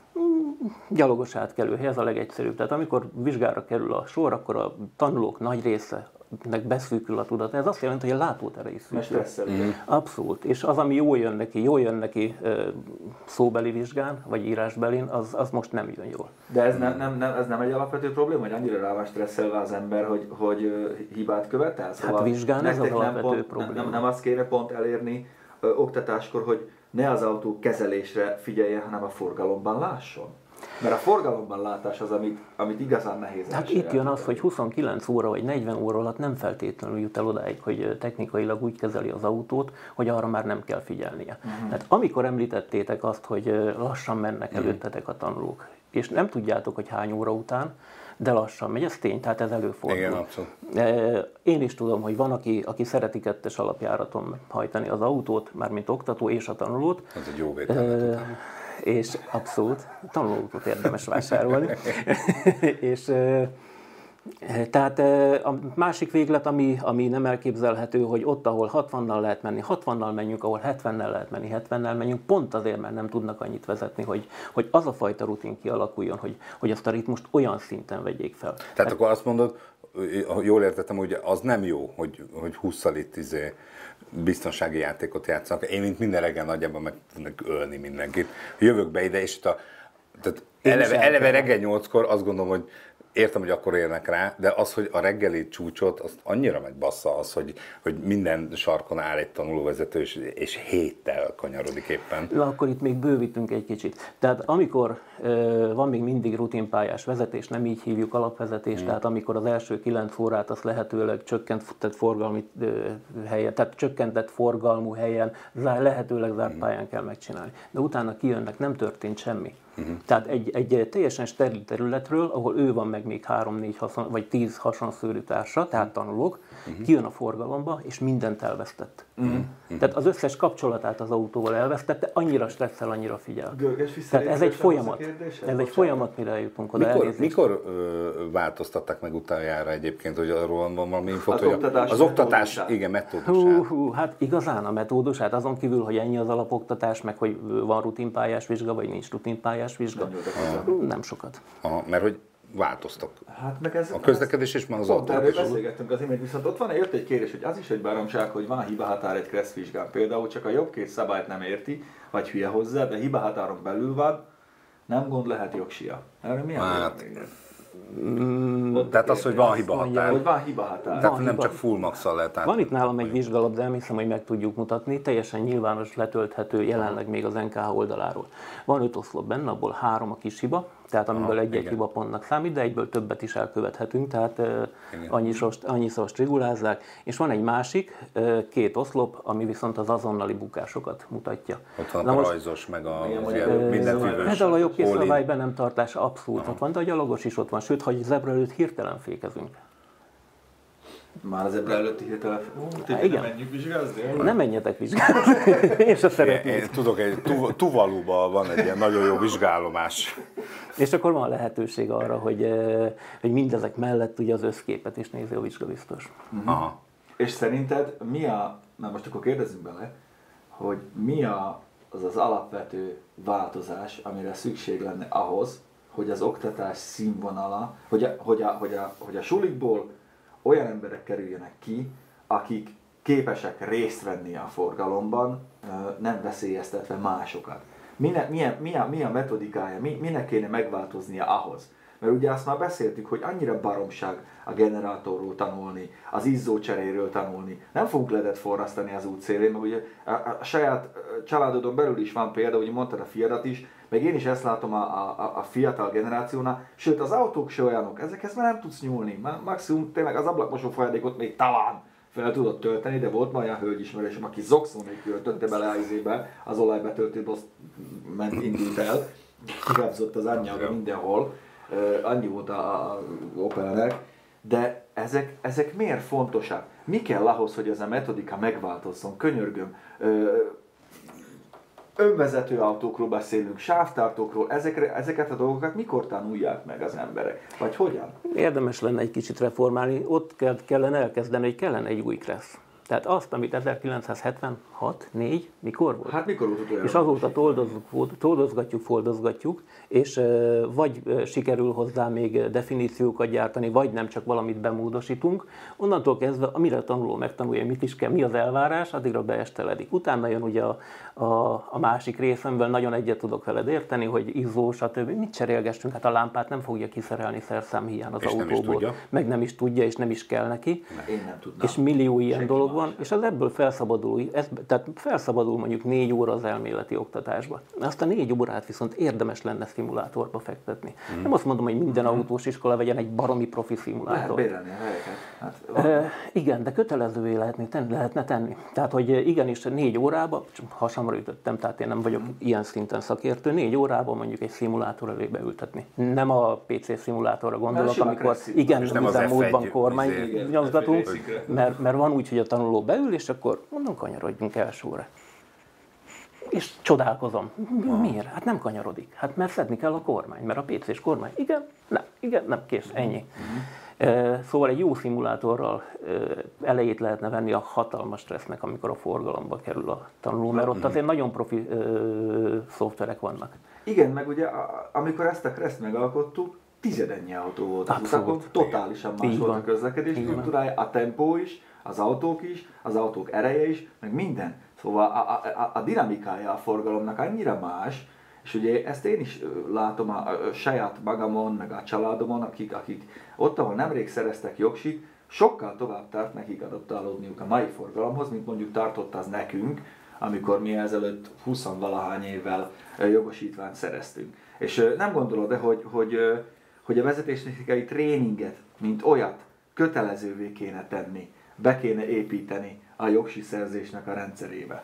S2: Gyalogos átkelőhely, ez a legegyszerűbb. Tehát amikor vizsgára kerül a sor, akkor a tanulók nagy része nek beszűkül a tudat. Ez azt jelenti, hogy a látótere is szűkül.
S1: Mm.
S2: Abszolút. És az, ami jól jön neki, jól jön neki szóbeli vizsgán, vagy írásbelin, az, az most nem jön jól.
S1: De ez nem, nem, nem, ez nem egy alapvető probléma, hogy annyira rá van stresszelve az ember, hogy, hogy hibát követel?
S2: Szóval hát vizsgán ez az alapvető
S1: pont,
S2: probléma.
S1: Nem, nem azt kéne pont elérni ö, oktatáskor, hogy ne az autó kezelésre figyeljen, hanem a forgalomban lásson? Mert a forgalomban látás az, amit, amit igazán nehéz.
S2: Hát itt jön az, hogy huszonkilenc óra vagy negyven óra alatt nem feltétlenül jut el odáig, hogy technikailag úgy kezeli az autót, hogy arra már nem kell figyelnie. Uh-huh. Tehát amikor említettétek azt, hogy lassan mennek előttetek a tanulók, és nem tudjátok, hogy hány óra után, de lassan megy, ez tény, tehát ez előfordul.
S3: Igen, abszolút.
S2: Én is tudom, hogy van, aki, aki szereti kettes alapjáraton hajtani az autót, mármint oktató és a tanulót.
S3: Ez egy jó vételmet.
S2: És abszolút, tanulóautót érdemes vásárolni. és tehát a másik véglet, ami, ami nem elképzelhető, hogy ott, ahol hatvannal lehet menni, hatvannal menjünk, ahol hetvennel lehet menni, hetvennel menjünk, pont azért, mert nem tudnak annyit vezetni, hogy, hogy az a fajta rutin kialakuljon, hogy, hogy azt a ritmust olyan szinten vegyék fel.
S3: Tehát mert, akkor azt mondod, jól értettem, hogy az nem jó, hogy, hogy hússzal itt izé biztonsági játékot játszanak. Én, mint minden reggel nagyjából meg tudnak ölni mindenkit. Jövök be ide, és itt a, tehát eleve, eleve reggel nyolckor azt gondolom, hogy értem, hogy akkor érnek rá, de az, hogy a reggeli csúcsot, azt annyira megbassza az, hogy, hogy minden sarkon áll egy tanulóvezető, és, és héttel kanyarodik éppen.
S2: Na, akkor itt még bővítünk egy kicsit. Tehát amikor ö, van még mindig rutinpályás vezetés, nem így hívjuk alapvezetés, hmm. tehát amikor az első kilenc órát azt lehetőleg csökkentett forgalmi ö, helyen, tehát csökkentett forgalmú helyen, zár, lehetőleg zárt hmm. pályán kell megcsinálni. De utána kijönnek, nem történt semmi. Uh-huh. Tehát egy, egy teljesen steril területről, ahol ő van meg még három-négy haszon, vagy tíz hasonszőrű társa, tehát tanulók, uh-huh. kijön a forgalomba, és mindent elvesztett. Uh-huh. Tehát az összes kapcsolatát az autóval elvesztette, annyira stresszel, annyira figyel. Tehát ez egy folyamat. Ez egy folyamat, mire eljutunk oda.
S3: Mikor, mikor ö, változtatták meg utoljára egyébként, hogy arról van valami infot,
S1: az
S3: hogy
S1: oktatás,
S3: az oktatás, igen, metódusát.
S2: Hú, hú, hát igazán a metódusát, azon kívül, hogy ennyi az alapoktatás, meg hogy van rutinpályás vizsga, vagy nincs rutinpályás vizsga, nem, nem sokat.
S3: Aha, mert hogy változtak.
S1: Hát meg ez,
S3: A közlekedés és már az
S1: pont
S3: autók
S1: erről
S3: is.
S1: beszélgettünk az imént, viszont ott van jött egy kérdés, hogy az is egy baromság, hogy van hibahatár egy kresszvizsgán. Például csak a jobb két szabályt nem érti, vagy hülye hozzá, de hibahatáron belül van, nem gond, lehet jogsia. Erről mi a
S3: Hát,
S1: véleményed?
S3: Mm, tehát az, hogy van hibahatár.
S1: Hogy van hibahatár.
S3: Tehát
S2: Van
S3: nem
S2: hiba.
S3: csak full max-szal lehet át.
S2: Van itt nálam egy vizsgálat, de nem hiszem, hogy meg tudjuk mutatni. Teljesen nyilvános, letölthető jelenleg még az en ká há oldaláról. Van öt oszlop benne, abból három a kis hiba, tehát amiből
S3: Aha,
S2: egy-egy
S3: igen.
S2: hibapontnak számít, de egyből többet is elkövethetünk, tehát annyiszor, annyiszor strigulázzák. És van egy másik, két oszlop, ami viszont az azonnali bukásokat mutatja.
S3: Ott van
S2: Na
S3: a
S2: most-
S3: rajzos, meg a
S1: Igen,
S3: mindenfélős.
S2: Például a jobb kész
S3: all-in.
S2: szabály be nem tartása abszolút ott van, de a gyalogos is ott van, sőt, ha egy zebra előtt hirtelen fékezünk.
S1: Már az ebbre előtti hirtelen...
S2: Há, igen.
S1: Menjünk vizsgázni?
S2: Nem menjetek vizsgálni, én sem
S3: Én,
S2: szeretném.
S3: én tudok, egy tu, Tuvaluban van egy ilyen nagyon jó vizsgálomás.
S2: És akkor van lehetőség arra, hogy, eh, hogy mindezek mellett ugye az összképet is nézi a vizsgabiztos.
S3: Aha.
S1: És szerinted mi a... Na most akkor kérdezzünk bele, hogy mi a, az az alapvető változás, amire szükség lenne ahhoz, hogy az oktatás színvonala, hogy a, hogy a, hogy a, hogy a sulikból olyan emberek kerüljenek ki, akik képesek részt venni a forgalomban, nem veszélyeztetve másokat. Minek, milyen, milyen, milyen metodikája, mi, minek kéne megváltoznia ahhoz? Mert ugye azt már beszéltük, hogy annyira baromság a generátorról tanulni, az izzócseréről tanulni. Nem fogunk ledet forrasztani az út szélén, mert ugye a, a saját családodon belül is van példa, ugye mondtad a fiadat is, meg én is ezt látom a, a, a fiatal generációnál, sőt az autók se olyanok, ezekhez már nem tudsz nyúlni. Maximum tényleg az ablakmosó folyadékot még talán fel tudod tölteni, de volt már olyan hölgyismerősöm, aki zokszó nélkül töltötte bele az izébe, az olajbetöltőt azt ment, indult el, kikapzott az anyjába mindenhol, uh, annyi volt a, a Opelnek, de ezek, ezek miért fontosak? Mi kell ahhoz, hogy ez a metodika megváltozzon? Könyörgöm. Uh, önvezető autókról beszélünk, sávtartókról, ezekre, ezeket a dolgokat mikor tanulják meg az emberek? Vagy hogyan?
S2: Érdemes lenne egy kicsit reformálni, ott kellene elkezdeni, hogy kellene egy új kressz. Tehát azt, amit ezerkilencszázhetvenhat, négy, mikor volt?
S1: Hát mikor volt utoljára?
S2: És azóta toldozzuk, toldozgatjuk, foldozgatjuk, és vagy sikerül hozzá még definíciókat gyártani, vagy nem, csak valamit bemódosítunk. Onnantól kezdve, amire a tanuló megtanulja, mit is kell, mi az elvárás, addigra beesteledik. Utána jön ugye a, a, a másik részemben, nagyon egyet tudok veled érteni, hogy izzó, stb. Mit cserélgessünk? Hát a lámpát nem fogja kiszerelni szerszámhiány az
S3: És nem is
S2: autóból.
S3: tudja.
S2: Meg nem is tudja, és nem is kell neki.
S1: Én nem tudnám.
S2: És millió ilyen
S1: Senki
S2: dolog
S1: más
S2: van,
S1: sem.
S2: és az ebből felszabadul, ez, tehát felszabadul mondjuk négy óra az elméleti oktatásba. Azt a négy órát viszont érdemes lenne szimulátorba fektetni. Mm. Nem azt mondom, hogy minden mm. autós iskola vegyen egy baromi profi
S1: Lehet
S2: szimulátort.
S1: bérelni a helyeket. Hát, van.
S2: E, igen, de kötelezővé lehetne tenni, lehetne tenni. Tehát, hogy igenis négy órába, hasamra ütöttem, tehát én nem vagyok mm. ilyen szinten szakértő, négy órában mondjuk egy szimulátor elé beültetni. Nem a pé cé szimulátorra gondolok,
S1: sima
S2: amikor
S1: Crash
S2: igen,
S3: és nem az
S2: üzemmódban
S3: F egy
S2: kormány
S3: izé.
S2: nyomzatunk,
S1: F egy részikre.
S2: mert, mert van úgy, hogy a tanuló beül, és akkor mondom, kanyarodjunk elsőre. És csodálkozom. Mi- Miért? Hát nem kanyarodik. Hát mert szedni kell a kormány, mert a pé cés kormány. Igen, nem, igen, nem, kész, ennyi. Uh, szóval egy jó szimulátorral uh, elejét lehetne venni a hatalmas stressznek, amikor a forgalomba kerül a tanuló, mert ott azért nagyon profi uh, szoftverek vannak.
S1: Igen, meg ugye a- amikor ezt a kreszt megalkottuk, tizedennyi autó volt az
S2: Abszolút.
S1: utakon, totálisan más
S2: Így
S1: volt
S2: van.
S1: a közlekedés
S2: Így van.
S1: struktúrája, a tempó is, az autók is, az autók ereje is, meg minden. Szóval a, a, a, a dinamikája a forgalomnak annyira más, és ugye ezt én is ö, látom a, a saját magamon, meg a családomon, akik, akik ott, ahol nemrég szereztek jogsit, sokkal tovább tart nekik adaptálódniuk a mai forgalomhoz, mint mondjuk tartott az nekünk, amikor mi ezelőtt húsz-valahány évvel ö, jogosítványt szereztünk. És ö, nem gondolod-e, hogy, hogy, ö, hogy a vezetéstechnikai tréninget, mint olyat, kötelezővé kéne tenni, be kéne építeni a jogsi szerzésnek a rendszerébe?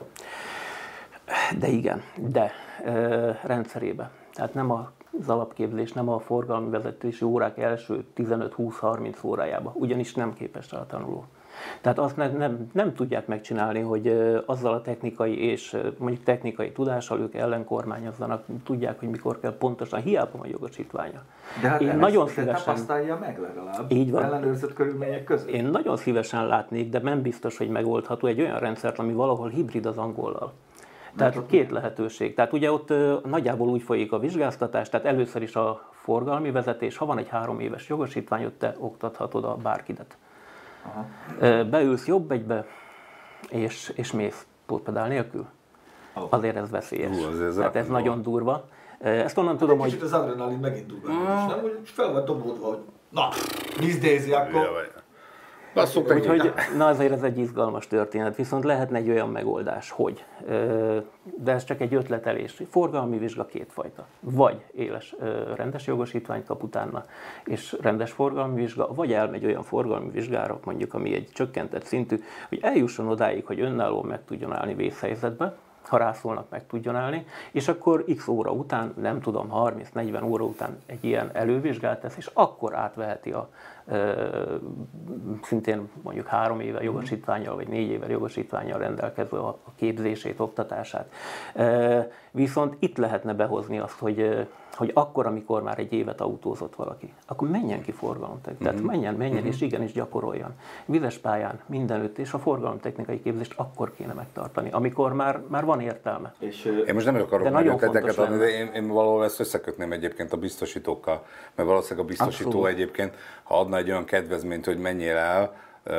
S2: De igen, de ö, rendszerébe. Tehát nem az alapképzés, nem a forgalmi vezetési órák első tizenöt-húsz-harminc órájába, ugyanis nem képes rá a tanuló. Tehát azt nem, nem, nem tudják megcsinálni, hogy ö, azzal a technikai és ö, mondjuk technikai tudással ők ellenkormányozzanak, tudják, hogy mikor kell pontosan, hiába van jogosítványa.
S1: De hát
S2: Én
S1: ezt
S2: nagyon
S1: te
S2: szívesen-
S1: tapasztalja meg legalább
S2: Így van.
S1: ellenőrzött körülmények között.
S2: Én nagyon szívesen látnék, de nem biztos, hogy megoldható egy olyan rendszert, ami valahol hibrid az angollal. Tehát két lehetőség. Tehát ugye ott ö, nagyjából úgy folyik a vizsgáztatás, tehát először is a forgalmi vezetés, ha van egy három éves jogosítványod, te oktathatod a bárkidet. Aha. Beülsz jobb egybe, és, és mész pótpedál nélkül. Oh. Azért ez veszélyes. Uh, ez Tehát ez nagyon durva. Ezt onnan tudom, hogy...
S1: Kicsit az adrenalin megint durva. Mm. Nem, hogy fel van dobódva, hogy na, vízdézi akkor.
S2: Úgyhogy, na azért ez egy izgalmas történet, viszont lehetne egy olyan megoldás, hogy, de ez csak egy ötletelés, forgalmi vizsga kétfajta. Vagy éles rendes jogosítványt kap utána, és rendes forgalmi vizsga, vagy elmegy olyan forgalmi vizsgára, mondjuk, ami egy csökkentett szintű, hogy eljusson odáig, hogy önállóan meg tudjon állni vészhelyzetbe, ha rászólnak, meg tudjon állni, és akkor x óra után, nem tudom, harminc-negyven óra után egy ilyen elővizsgát tesz, és akkor átveheti a ö, szintén mondjuk három éve jogosítvánnyal, vagy négy éve jogosítvánnyal rendelkező a, a képzését, oktatását. Ö, viszont itt lehetne behozni azt, hogy, hogy akkor, amikor már egy évet autózott valaki, akkor menjen ki forgalomtechnikai, tehát menjen, menjen és igenis gyakoroljon. Vizes pályán, mindenütt, és a forgalomtechnikai képzést akkor kéne megtartani, amikor már, már van értelme.
S3: És, én most nem akarok nagy ötleteket adni, de én, én valahol ezt összekötném egyébként a biztosítókkal, mert valószínűleg a biztosító Abszolút. Egyébként, ha adna egy olyan kedvezményt, hogy menjél el,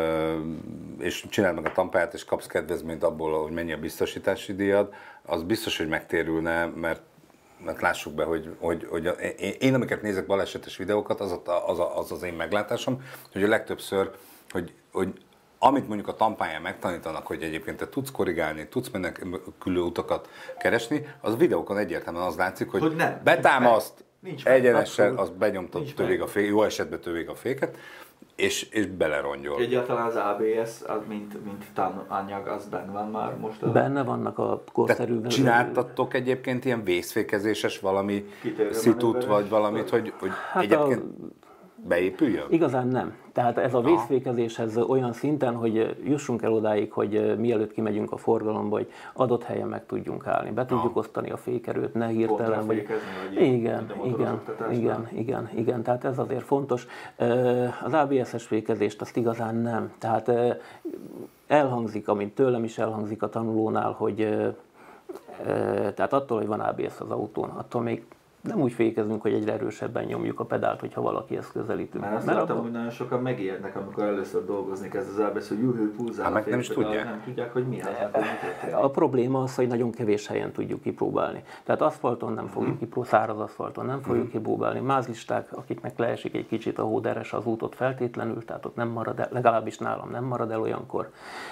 S3: és csináld meg a tampáját, és kapsz kedvezményt abból, hogy mennyi a biztosítási díjad, az biztos, hogy megtérülne, mert mert lássuk be, hogy, hogy, hogy a, én, én amiket nézek balesetes videókat, az, az, az az én meglátásom, hogy a legtöbbször, hogy, hogy amit mondjuk a tampáján megtanítanak, hogy egyébként te tudsz korrigálni, tudsz menekülő utakat keresni, az videókon egyértelműen az látszik, hogy, hogy nem, betámaszt, egyenesen, az benyomtad tövég a fék, jó esetben tövég a féket, és, és belerongyol.
S1: Egyáltalán az á bé es, az mint, mint tananyag, az benne van már most? A...
S2: Benne vannak a korszerű...
S3: De csináltatok egyébként ilyen vészfékezéses valami szitut, vagy valamit, hogy, hogy hát egyébként a... beépüljön?
S2: Igazán nem. Tehát ez a vészfékezéshez olyan szinten, hogy jussunk el odáig, hogy mielőtt kimegyünk a forgalomba, hogy adott helyen meg tudjunk állni. Be tudjuk osztani a fékerőt, ne hirtelen. Vagy... Igen, igen, igen, igen, igen. Tehát ez azért fontos. Az á bé es-es fékezést azt igazán nem. Tehát elhangzik, amint tőlem is elhangzik a tanulónál, hogy tehát attól, hogy van á bé es az autón, attól még nem úgy fékezünk, hogy egyre erősebben nyomjuk a pedált, hogyha valakihez közelítünk.
S1: Már azt láttam, hogy nagyon sokan megijednek, amikor először dolgozni kezd az á bé es, hogy juhő pulzál
S3: a nem,
S1: nem tudják, hogy mi az.
S2: A probléma az, hogy nagyon kevés helyen tudjuk kipróbálni. Tehát aszfalton nem fogjuk kipróbálni, száraz aszfalton nem fogjuk kipróbálni. Mázlisták, akiknek leesik egy kicsit a hóderes az útot feltétlenül, tehát ott nem marad el, legalábbis nálam nem marad el olyankor.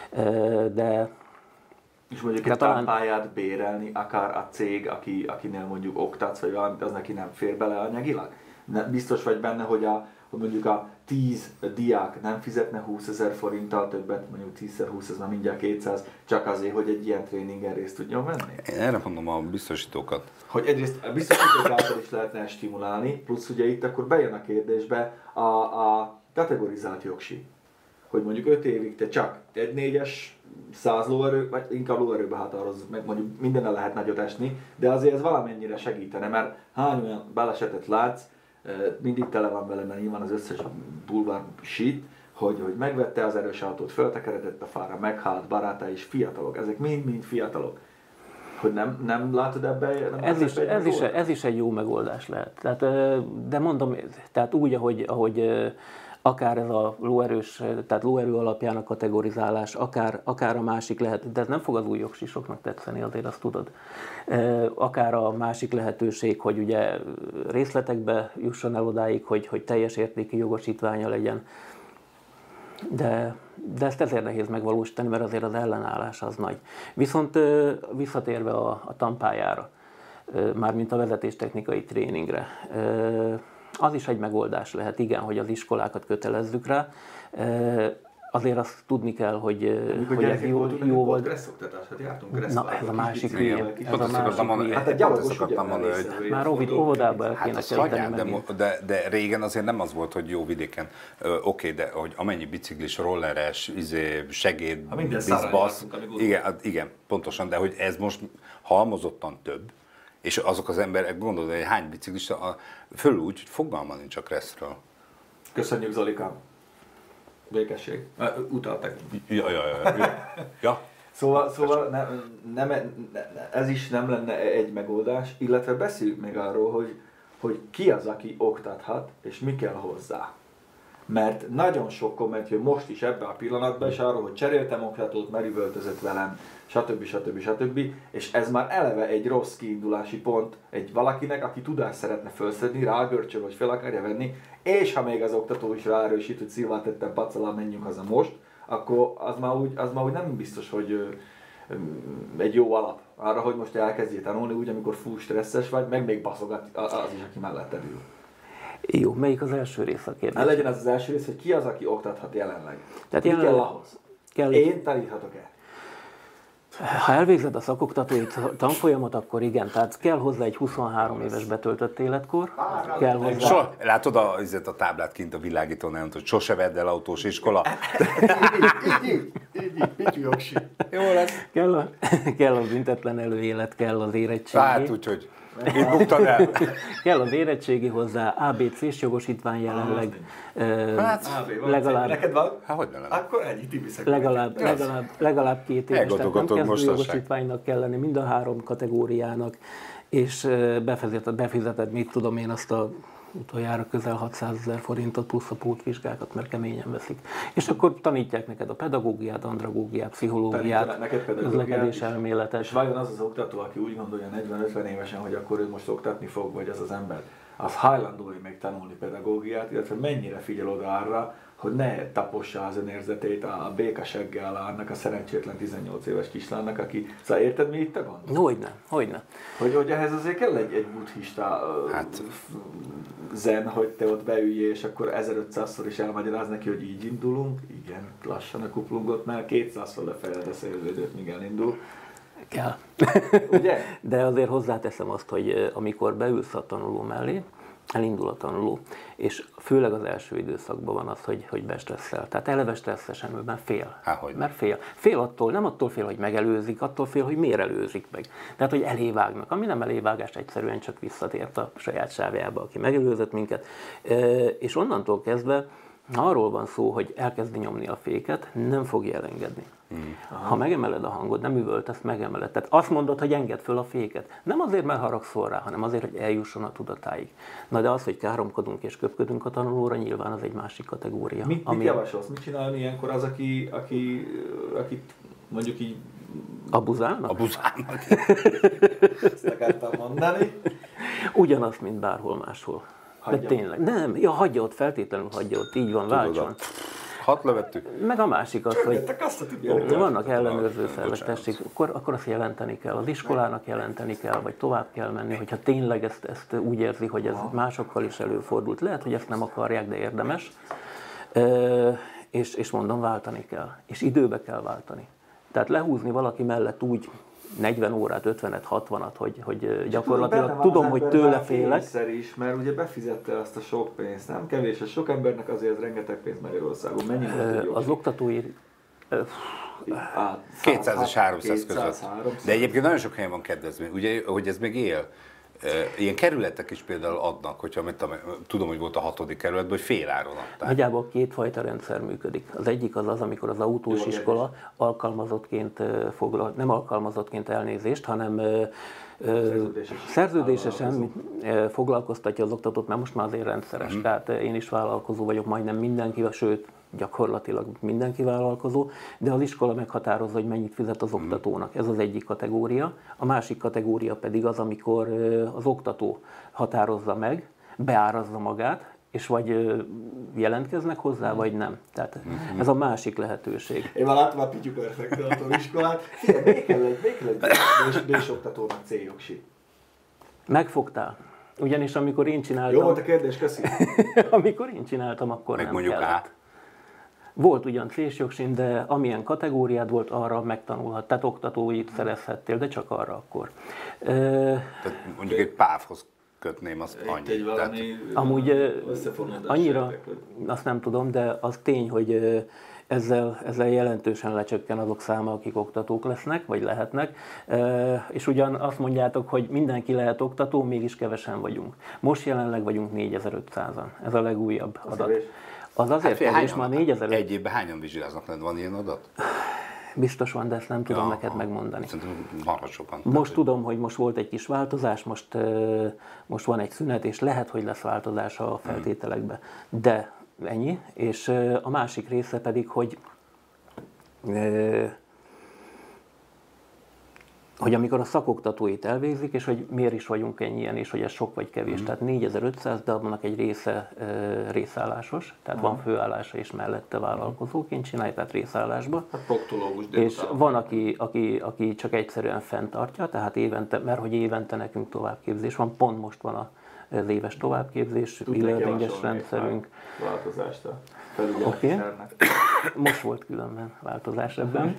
S2: De
S1: és mondjuk egy talán... támpályát bérelni, akár a cég, aki, akinél mondjuk oktatsz, vagy valamit, az neki nem fér bele anyagilag? Ne, biztos vagy benne, hogy, a, hogy mondjuk a tíz diák nem fizetne húszezer forinttal többet, mondjuk tízszer húsz, ez már mindjárt kétszáz, csak azért, hogy egy ilyen tréningen részt tudjon venni?
S3: Én erre mondom a biztosítókat.
S1: Hogy egyrészt a biztosítók által is lehetne stimulálni, plusz ugye itt akkor bejön a kérdésbe a, a kategorizált jogsi. Hogy mondjuk öt évig te csak egy négyes, száz lóerő, vagy inkább lóerőbe határozzuk meg, mondjuk mindennel lehet nagyot esni, de azért ez valamennyire segítene, mert hány olyan balesetet látsz, mindig tele van vele, mert nyilván az összes bulvár shit, hogy, hogy megvette az erős autót, föltekeredett a fára, meghalt, barátai is fiatalok, ezek mind-mind fiatalok. Hogy nem, nem látod ebben? Nem
S2: ez, is, ez, is, ez is egy jó megoldás lehet. Tehát, de mondom, tehát úgy, ahogy, ahogy akár ez a lóerős, tehát lóerő alapján a kategorizálás, akár, akár a másik lehet, de ez nem fog az új jogsisoknak tetszeni, azért azt tudod. Akár a másik lehetőség, hogy ugye részletekbe jusson el odáig, hogy, hogy teljes értékű jogosítványa legyen. De, de ezt ezért nehéz megvalósítani, mert azért az ellenállás az nagy. Viszont visszatérve a, a tampájára, mármint a vezetéstechnikai tréningre, az is egy megoldás lehet, igen, hogy az iskolákat kötelezzük rá. Azért azt tudni kell, hogy,
S1: Mikor
S2: hogy ez jó, jó volt.
S1: Gresszoktatás, hát jártunk Gressz.
S2: Na, ez a másik hülye.
S3: Ez a másik hülye.
S1: Hát egy gyalogos hogy
S2: már óvodába el kéne
S3: kezdeni. De, de, de régen azért nem az volt, hogy jó vidéken. Oké, okay, de hogy amennyi biciklis, rolleres, izé, segéd, bizbasz. Igen, igen, pontosan, de hogy ez most halmozottan több. És azok az emberek, gondolod, hogy hány biciklista, fölül úgy, hogy fogalma nincs a Kresszről.
S1: Köszönjük, Zolikám. Békesség. Utaltak.
S3: Ja, ja, ja. ja. ja.
S1: Szóval, szóval nem, nem, ez is nem lenne egy megoldás, illetve beszéljük még arról, hogy, hogy ki az, aki oktathat, és mi kell hozzá. Mert nagyon sok komment jön most is ebben a pillanatban, és arról, hogy cseréltem oktatót, mert üvöltözött velem, stb. stb. stb. És ez már eleve egy rossz kiindulási pont egy valakinek, aki tudást szeretne felszedni, rágörcsöl, vagy fel akarja venni, és ha még az oktató is ráerősít, hogy szilvát tettem pacalá, menjünk haza most, akkor az már úgy, az már úgy nem biztos, hogy egy jó alap arra, hogy most elkezdjél tanulni, úgy, amikor full stresszes vagy, meg még baszogat az is, aki melletted ül.
S2: Jó, melyik az első rész a kérdés?
S1: Hát legyen az az első rész, hogy ki az, aki oktathat jelenleg.
S2: Tehát
S1: mi
S2: jelenleg
S1: kell ahhoz?
S2: Kell,
S1: Én taníthatok-e?
S2: Ha elvégzed a szakoktatói tanfolyamot, akkor igen, tehát kell hozzá egy huszonhárom éves betöltött életkor, kell hozzá...
S3: So, látod a, a táblát kint a világítónál, hogy sose vedd el autós iskola?
S1: Így, így, így, így, így, jogsi.
S3: Jó lesz.
S2: Kell, a, kell az büntetlen előélet, kell az érettségi.
S3: Hát úgyhogy itt buktad el.
S2: Kell az érettségi hozzá, á bé cés jogosítvány jelenleg.
S3: Hát,
S2: legalább,
S1: neked van?
S3: Hát hogy nem?
S1: Akkor ennyi, ti viszek.
S2: legalább, legalább, legalább két éves, tehát nem kezdő jogosítványnak kell lenni mind a három kategóriának, és befizeted, befizeted, mit tudom én, azt a utoljára közel hatszázezer forintot plusz a pótvizsgákat, mert keményen veszik. És akkor tanítják neked a pedagógiát, andragógiát, pszichológiát, közlekedés elméletet.
S1: És vajon az az oktató, aki úgy gondolja negyven-ötven évesen, hogy akkor ő most oktatni fog, vagy az az ember, az hajlandó még tanulni pedagógiát, illetve mennyire figyel oda arra, hogy ne tapossa az önérzetét a békaseggel annak a szerencsétlen tizennyolc éves kislánynak, aki... Szóval érted, mi itt a gond?
S2: Hogyne, hogyne.
S1: Hogy, hogy ehhez azért kell egy, egy buddhista hát. zen, hogy te ott beüljél, és akkor ezerötszázszor is elmagyaráz neki, hogy így indulunk. Igen, lassan a kuplungottnál, kétszázszor lefejled a szerződőt, míg elindul.
S2: Kell.
S1: Ugye?
S2: De azért hozzáteszem azt, hogy amikor beülsz a tanuló mellé, elindul a tanuló, és főleg az első időszakban van az, hogy, hogy bestresszel. Tehát eleve stresszesen, mert fél.
S3: Há, hogy
S2: mert fél. Fél attól, nem attól fél, hogy megelőzik, attól fél, hogy miért előzik meg. Tehát, hogy elévágnak. Ami nem elévágás, egyszerűen csak visszatért a saját sávjába, aki megelőzött minket. És onnantól kezdve arról van szó, hogy elkezdi nyomni a féket, nem fogja elengedni. Hmm. Ha megemeled a hangod, nem üvöltesz, megemeled. Tehát azt mondod, hogy engedd föl a féket. Nem azért, mert haragszol rá, hanem azért, hogy eljusson a tudatáig. Na de az, hogy káromkodunk és köpködünk a tanulóra, nyilván az egy másik kategória.
S1: Mit,
S2: ami...
S1: mit javasolsz? Mit csinálni ilyenkor az, aki, aki, akit mondjuk így...
S2: Abuzálnak?
S3: Abuzálnak.
S1: Ezt akartam mondani.
S2: Ugyanazt, mint bárhol máshol. Hagyja. De tényleg. Nem, ja, hagyja ott, feltétlenül hagyja ott, így van, váltson.
S3: Hat lövettük.
S2: Meg a másik az, hogy
S1: azt
S2: vannak ellenőrző szervek, tessék, akkor, akkor azt jelenteni kell, az iskolának jelenteni kell, vagy tovább kell menni, hogyha tényleg ezt, ezt úgy érzi, hogy ez másokkal is előfordult. Lehet, hogy ezt nem akarják, de érdemes. E, és, és mondom, váltani kell. És időbe kell váltani. Tehát lehúzni valaki mellett úgy negyven órát, ötvenet, hatvanat, hogy, hogy gyakorlatilag tudom, hogy tőle félek.
S1: Is, mert ugye befizette azt a sok pénzt, nem kevés, és sok embernek azért rengeteg pénz Magyarországon. Mennyi volt
S2: az oktatói...
S3: kétszáz és háromszáz között. De egyébként nagyon sok helyen van kedvezmény, ugye, hogy ez még él. Ilyen kerületek is például adnak, hogyha tudom, hogy volt a hatodik kerületben, hogy féláron adták.
S2: Nagyjából kétfajta rendszer működik. Az egyik az az, amikor az autós Jó, iskola alkalmazottként foglal, nem alkalmazottként elnézést, hanem szerződéses. szerződésesen foglalkoztatja az oktatót, mert most már azért rendszeres. Mm. Tehát én is vállalkozó vagyok, majdnem mindenki, sőt, gyakorlatilag mindenki vállalkozó, de az iskola meghatározza, hogy mennyit fizet az oktatónak. Ez az egyik kategória. A másik kategória pedig az, amikor az oktató határozza meg, beárazza magát, és vagy jelentkeznek hozzá, vagy nem. Tehát ez a másik lehetőség.
S1: Én már láttam a Pityu Perfektor iskolát. Figyelj, még kell egy, még kell egy B-s-oktatónak céljogsi.
S2: Megfogtál. Ugyanis amikor én csináltam...
S1: Jó volt a kérdés, köszi.
S2: amikor én csináltam, akkor
S3: meg
S2: nem
S3: mondjuk
S2: kellett.
S3: át.
S2: Volt ugyan cés jogsin, de amilyen kategóriád volt, arra megtanulhat. Tehát oktatóit szerezhettél, de csak arra akkor.
S3: Tehát mondjuk egy pávhoz kötném azt annyi.
S1: Egy valami
S2: amúgy annyira, azt nem tudom, de az tény, hogy ezzel, ezzel jelentősen lecsökken azok száma, akik oktatók lesznek, vagy lehetnek. És ugyan azt mondjátok, hogy mindenki lehet oktató, mégis kevesen vagyunk. Most jelenleg vagyunk négyezer-ötszázan. Ez a legújabb adat. Az azért,
S3: hát,
S2: hogy már négyezer-ötszáz...
S3: Egy évben hányan vizsgáznak lenne? Van ilyen adat?
S2: Biztos van, de ezt nem tudom
S3: Ja,
S2: neked megmondani.
S3: Szerintem marha sokan.
S2: Most tudom, hogy most volt egy kis változás, most, most van egy szünet, és lehet, hogy lesz változás a feltételekben. De ennyi. És a másik része pedig, hogy hogy amikor a szakoktatóit elvégzik, és hogy miért is vagyunk ennyien, és hogy ez sok vagy kevés. Mm. Tehát négyezer-ötszáz, de annak egy része e, részállásos, tehát mm. van főállása és mellette vállalkozóként csinálja, tehát részállásba.
S1: Hát proktológus
S2: és van, aki, aki, aki csak egyszerűen fenntartja, tehát évente, mert hogy évente nekünk továbbképzés van, pont most van az éves továbbképzés, e-learninges rendszerünk.
S1: Változást a felügyeleti
S2: okay.
S1: szervnek.
S2: Most volt különben változás ebben.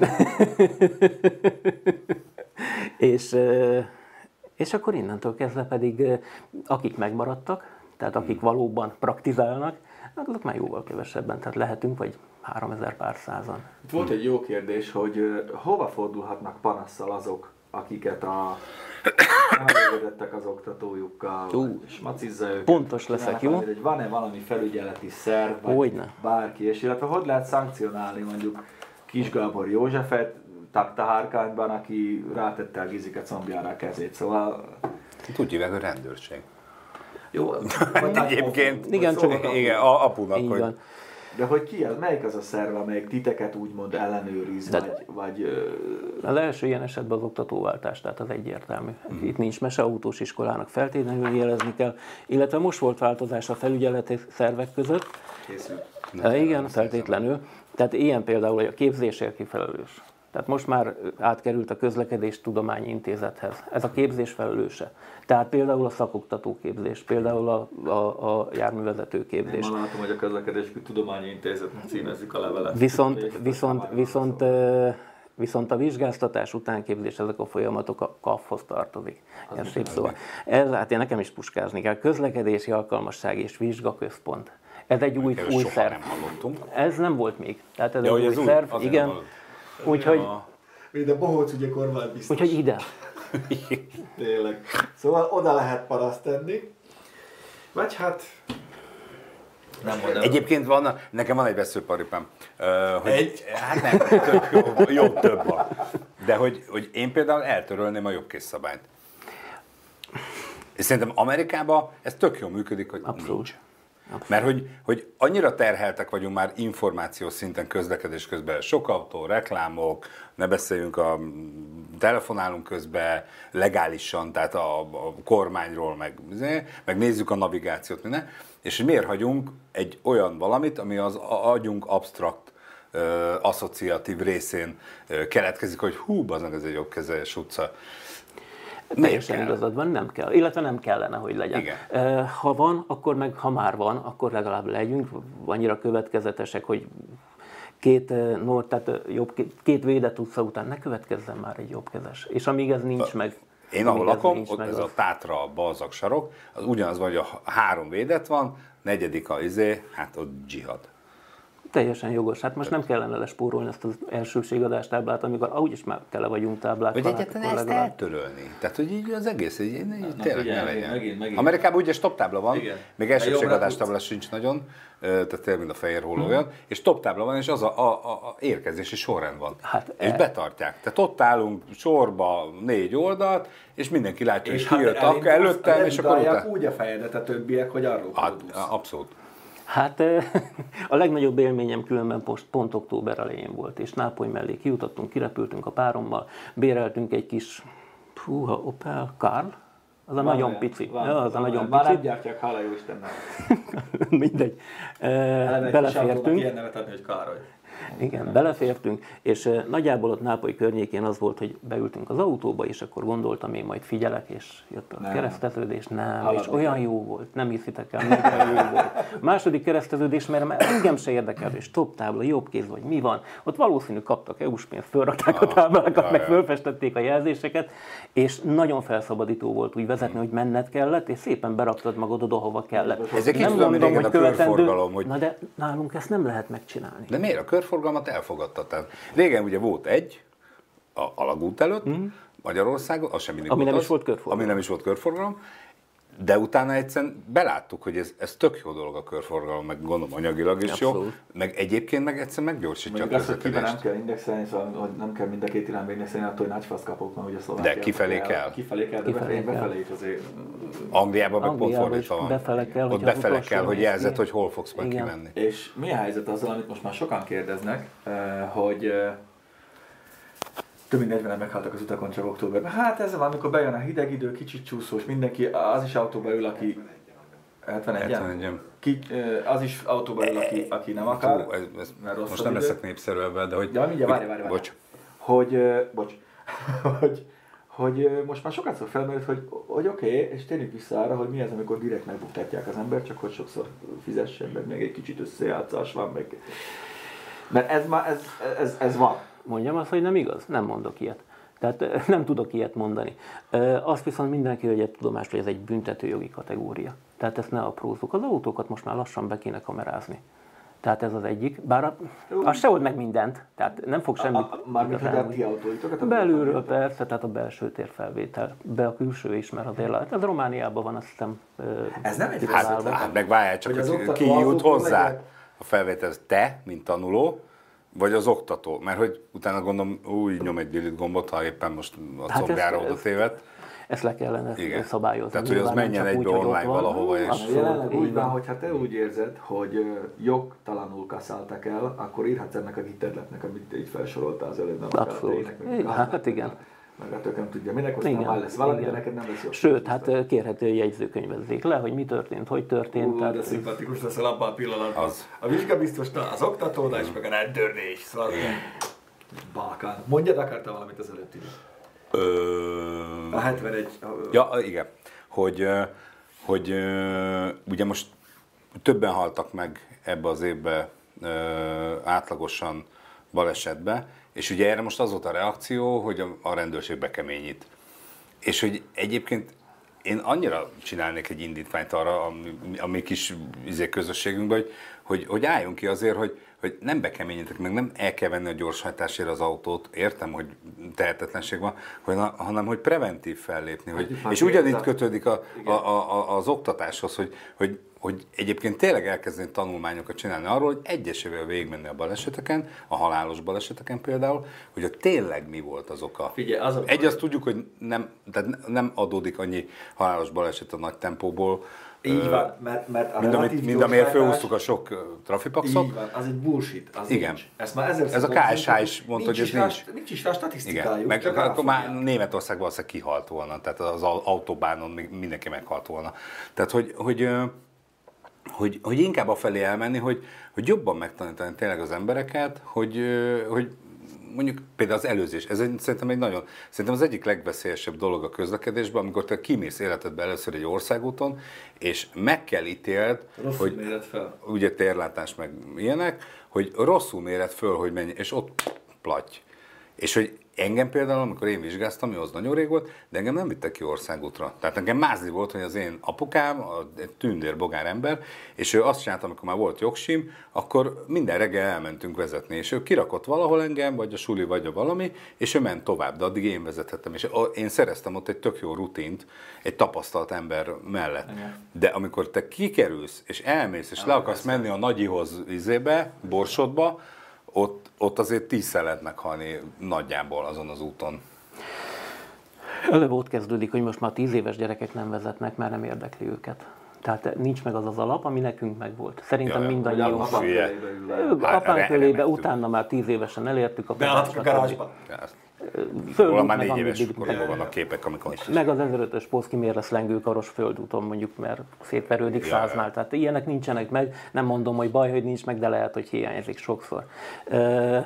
S2: és, és akkor innentől kezdve pedig, akik megmaradtak, tehát akik valóban praktizálnak, azok már jóval kevesebben, tehát lehetünk, vagy háromezer pár százan.
S1: Volt egy jó kérdés, hogy hova fordulhatnak panasszal azok, akiket a nem elégedettek az oktatójukkal,
S2: uh,
S1: és macizza őket.
S2: Pontos leszek, jó?
S1: Azért, hogy van-e valami felügyeleti szerv, vagy
S2: Hogyne.
S1: bárki, és illetve hogy lehet szankcionálni mondjuk Kis Gábor Józsefet Taktahárkányban, aki rátette a Gizike combjára a kezét, szóval...
S3: Úgy hívják, hogy rendőrség.
S1: Jó,
S3: egyébként,
S2: igen, csak
S3: igen, a apunak,
S2: így
S3: hogy...
S2: van.
S1: De hogy ki az, melyik az a szerv, amelyik titeket úgymond ellenőriz,
S2: De
S1: vagy... vagy
S2: az első ilyen esetben az oktatóváltás, tehát az egyértelmű. Mm. Itt nincs mese, autós iskolának feltétlenül jelezni kell, illetve most volt változás a felügyeleti szervek között.
S1: Készült.
S2: E, igen, feltétlenül. Tehát ilyen például a képzésért kifelelős. Tehát most már átkerült a Közlekedéstudományi Intézethez. Ez a képzés felelőse. Tehát például a szakoktató képzés, például a, a, a járművezető képzés.
S1: Én már látom, hogy a Közlekedéstudományi Intézetnek címezzük a levelet.
S2: Viszont, viszont, viszont, viszont a vizsgáztatás, utánképzés, ezek a folyamatok a kafhoz tartozik. Ez szép szóval. Ez, hát én nekem is puskázni kell. Közlekedési Alkalmasság és Vizsgaközpont. Ez egy új, új szerv. Nem hallottunk. Ez nem volt még. Tehát ez
S3: ja,
S2: egy új
S3: új
S2: szerv, igen. Úgyhogy...
S1: De Bohóc ugye kormány biztos.
S2: Úgyhogy ide.
S1: Tényleg. Szóval oda lehet paraszt tenni. Vagy hát... Nem mondom.
S3: Egyébként van, nekem van egy veszőparipám. Uh, hogy,
S1: Egy?
S3: Hát nem, tök jó, jó több van. De hogy, hogy én például eltörölném a jobbkészszabályt. És szerintem Amerikában ez tök jól működik, hogy
S2: Abszolút.
S3: nincs. Abszolút. Mert hogy, hogy annyira terheltek vagyunk már információs szinten közlekedés közben, sok autó, reklámok, ne beszéljünk a telefonálunk közben legálisan, tehát a, a kormányról, meg, meg nézzük a navigációt, minden. És miért hagyunk egy olyan valamit, ami az agyunk absztrakt, uh, asszociatív részén uh, keletkezik, hogy hú, baznak, ez egy jobbkezes utca.
S2: Teljesen igazad van, nem kell. Illetve nem kellene, hogy legyen.
S3: Igen.
S2: Ha van, akkor meg, ha már van, akkor legalább legyünk annyira következetesek, hogy két, no, tehát jobb, két védett utca után ne következzen már egy jobbkezes. És amíg ez nincs meg...
S3: Én ahol lakom, ott ez az... a Tátra, a Balzak sarok, az ugyanaz van, hogy a három védett van, negyedik a izé, hát ott dzsihad.
S2: Teljesen jogos. Hát most nem kellene lespórolni ezt az elsőségadás táblát, amikor úgyis már tele vagyunk táblák.
S3: Hogy egyáltalán ezt
S2: legalább...
S3: eltörölni. Tehát, hogy így az egész, így, így
S1: Na,
S3: tényleg
S1: figyelj,
S3: ne legyen.
S1: megint, megint.
S3: Amerikában ugye stop tábla van,
S1: igen.
S3: még elsőségadás tábla sincs nagyon, tehát tényleg mind a fehér holló olyan, és top tábla van, és az a, a, a érkezési sorrend van. Hát és e... betartják. Tehát ott állunk sorba négy oldalt, és mindenki látja, hogy ki jött hát előttem, és akkor utána.
S1: Úgy a fejedet a többiek, hogy arról
S3: hát, abszolút.
S2: Hát a legnagyobb élményem különben pont, pont október elején volt, és Nápoly mellé kijutottunk, kirepültünk a párommal, béreltünk egy kis, húha, Opel Karl, az a van nagyon olyan, pici.
S1: Van,
S2: ja, az
S1: van,
S2: a nagyon
S1: már
S2: pici.
S1: nem gyártják, hála jó Istennek.
S2: Mindegy. E, belefértünk.
S1: Ilyen nevet adni, hogy Károly.
S2: Igen, belefértünk, és nagyjából ott Nápoly környékén az volt, hogy beültünk az autóba, és akkor gondoltam, én majd figyelek, és jött a nem. kereszteződés, nem, Hallad és olyan jó volt, nem hiszitek el, nagyon jó volt. A második kereszteződés, mert engem se érdekel, és top tábla, jobb kéz, vagy mi van. Ott valószínű kaptak é u-s pénzt, fölrakták a táblákat, meg fölfestették a jelzéseket, és nagyon felszabadító volt úgy vezetni, hogy menned kellett, és szépen beraktad magad oda, hova kellett.
S3: Ez egy kicsit régen a körforgalom, hogy...
S2: Na de nálunk ezt nem lehet megcsinálni.
S3: De miért? A körforgalmat elfogadta. Tehát régen ugye volt egy, a alagút előtt, mm. Magyarországon, az sem mindig
S2: ami
S3: volt
S2: nem
S3: az,
S2: is volt körforgalom.
S3: Ami nem is volt körforgalom, De utána egyszerűen beláttuk, hogy ez, ez tök jó dolog a körforgalom, meg gondolom anyagilag is
S2: Abszolút.
S3: jó, meg egyébként meg egyszerűen meggyorsítja a
S1: Mondjuk azt, hogy kiben nem
S3: közlekedést.
S1: kell indexelni, szóval hogy nem kell mind a két irányba indexelni, attól, hogy nagy fasz kapok, mert ugye Szlovákiában
S3: De kifelé kell.
S1: Kifelé kell, de
S2: Kifelé
S1: befelé,
S2: kell.
S1: befelé is azért.
S3: Angliában meg pont
S2: Angliában
S3: fordítva
S2: is
S3: van.
S2: befele kell,
S3: Ott
S2: hogyha az
S3: befele
S2: utolsó
S3: kell, hogy
S2: mész
S3: jelzed,
S2: ki.
S3: hogy hol fogsz majd
S2: Igen.
S3: kimenni.
S1: És mi a helyzet azzal, amit most már sokan kérdeznek, eh, hogy eh, több mint negyvenen meghaltak az utakon csak októberben. Hát ez van, amikor bejön a hideg idő, kicsit csúszós, mindenki, az is autóba ül, aki hetvenegy
S3: hetvenegy.
S1: Ki, eh, az is autóba ül, aki, aki nem akar,
S3: Hú, ez, ez,
S1: mert rossz
S3: most
S1: az
S3: nem
S1: idő.
S3: leszek népszerű ebben, de hogy...
S1: De mindjárt,
S3: hogy-
S1: várj, várj, várj.
S3: Bocs.
S1: Hogy, eh, bocs, hogy, hogy eh, most már sokat szó felmerült, hogy, hogy oké, okay, és térjünk vissza arra, hogy mi az, amikor direkt megbuktatják az ember, csak hogy sokszor fizessen, meg még egy kicsit összejátszás van, meg... Mert ez már, ez, ez, ez van.
S2: Mondjam azt, hogy nem igaz? Nem mondok ilyet. Tehát nem tudok ilyet mondani. Azt viszont mindenki vegye tudomást, hogy ez egy büntetőjogi kategória. Tehát ezt ne aprózzuk. Az autókat most már lassan be kéne kamerázni. Tehát ez az egyik. Bár a, az se old meg mindent. Tehát nem fog semmit.
S1: Mármint, hogy a
S2: igazán-
S1: ti autóitokat?
S2: Belülről persze, tehát a belső térfelvétel. Be a külső is, mert azért lehet. Ez Romániában van, azt hiszem.
S1: Ez nem egy
S3: Hát,
S1: rossz
S3: hát meg várjál csak,
S1: Hogy az
S3: hogy
S1: oktató
S3: ki jut
S1: autókon
S3: hozzá
S1: legyen-
S3: a felvétel, te, mint tanuló, vagy az oktató. Mert hogy utána gondolom, úgy nyom egy delete gombot, ha éppen most a
S2: Hát
S3: combjára
S2: ez-
S3: oda
S2: ez-
S3: tévedt.
S2: Ezt le kellene
S3: Igen.
S2: szabályozni.
S3: Tehát, hogy az
S2: Nyilván nem
S3: menjen
S2: csak
S3: egybe
S2: úgy, hogy
S3: online
S2: ott van.
S3: valahova, és-
S2: Abszolút,
S1: Jelenleg úgy
S2: így
S1: van, hogy ha te úgy érzed, hogy ö, jogtalanul kaszáltak el, akkor írhatsz ennek a gitterletnek, amit te így felsoroltál az előbb. Nem akár a
S2: Abszolút.
S1: ténynek, meg
S2: Igen,
S1: a-
S2: hát igen.
S1: Meg a tököm tudja minek, aztán
S2: Igen,
S1: már lesz valami,
S2: igen.
S1: de neked nem lesz jó.
S2: Sőt, hát ö, kérhető, hogy jegyzőkönyvezzék le, hogy mi történt, hogy történt.
S1: Ú,
S2: tehát
S1: de szimpatikus leszel abban a pillanatban.
S3: Az.
S1: A vizsgabiztosnál, az oktatónál, és meg a rendőrnél is. Szóval Balkán. Mondjad, akartál valamit az előtt ide.
S3: Ö...
S1: A hetvenegy...
S3: Ja, igen. Hogy, ö, hogy ö, ugye most többen haltak meg ebbe az évbe ö, átlagosan balesetbe, és ugye erre most az volt a reakció, hogy a, a rendőrség bekeményít. És hogy egyébként én annyira csinálnék egy indítványt arra, a, a mi kis izé, közösségünkben, hogy, hogy, hogy álljunk ki azért, hogy, hogy nem bekeményítek, meg nem el kell venni a gyorshajtásért az autót, értem, hogy tehetetlenség van, hogy, hanem hogy preventív fellépni. Hogy, és ugyanitt kötődik a, a, a, az oktatáshoz, hogy, hogy, hogy egyébként tényleg elkezdeni tanulmányokat csinálni arról, hogy egyesével végigmenni a baleseteken, a halálos baleseteken például, hogy a tényleg mi volt az oka.
S1: Figyelj, az a-
S3: Egy azt tudjuk, hogy nem, tehát nem adódik annyi halálos baleset a nagy tempóból,
S1: Így van, mert, mert a
S3: mind, amit,
S1: relatív
S3: mind amiért
S1: gyorshajtás-
S3: felhúztuk a sok ö, trafipaxot.
S1: Így van, az egy bullshit. Az
S3: Igen.
S1: Nincs. Ezt már ezer
S3: Ez a ká es há is mondta, hogy ez
S1: rá,
S3: nincs.
S1: Nincs is rá statisztikájuk.
S3: Igen, meg
S1: csak
S3: akkor már
S1: ráfogják.
S3: Németországban valószínűleg kihalt volna, tehát az au- autóbánon még mindenki meghalt volna. Tehát, hogy, hogy, ö, hogy, hogy inkább afelé elmenni, hogy, hogy jobban megtanítani tényleg az embereket, hogy, ö, hogy mondjuk például az előzés, ez egy, szerintem egy nagyon, szerintem az egyik legveszélyesebb dolog a közlekedésben, amikor te kimész életedbe először egy országúton, és meg kell ítéld,
S1: Rosszul
S3: hogy
S1: méred fel.
S3: ugye térlátás meg ilyenek, hogy rosszul méred föl, hogy mennyi, és ott platty. És hogy engem például, amikor én vizsgáztam, mi az nagyon rég volt, de engem nem vittek ki országútra. Tehát nekem mázli volt, hogy az én apukám, a tündér bogár ember, és ő azt csinálta, amikor már volt jogsim, akkor minden reggel elmentünk vezetni, és ő kirakott valahol engem, vagy a suli, vagy a valami, és ő ment tovább, de addig én vezethettem, és én szereztem ott egy tök jó rutint, egy tapasztalt ember mellett. De amikor te kikerülsz, és elmész, és le akarsz menni a nagyihoz izébe, Borsodba, ott, ott azért tízszer lehet meghalni nagyjából azon az úton.
S2: Előbb ott kezdődik, hogy most már tíz éves gyerekek nem vezetnek, mert nem érdekli őket. Tehát nincs meg az az alap, ami nekünk megvolt. Szerintem
S3: Ja,
S2: mindannyiunk.
S1: Apám
S3: Hülye.
S1: körébe ül le.
S3: Hát,
S2: Apánk
S3: erre
S2: körébe,
S3: mentünk.
S2: utána már tíz évesen elértük a
S1: Beállhatok a garázsba.
S3: Róla
S2: Földút,
S3: már
S2: meg
S3: négy éves
S2: amíg-
S3: koromban vannak képek, amikor...
S2: Meg az ezerötös poszkimér lengőkaros földúton mondjuk, mert szétverődik
S3: Ja,
S2: száznál.
S3: ja.
S2: Tehát ilyenek nincsenek meg. Nem mondom, hogy baj, hogy nincs meg, de lehet, hogy hiányozik sokszor. Ö,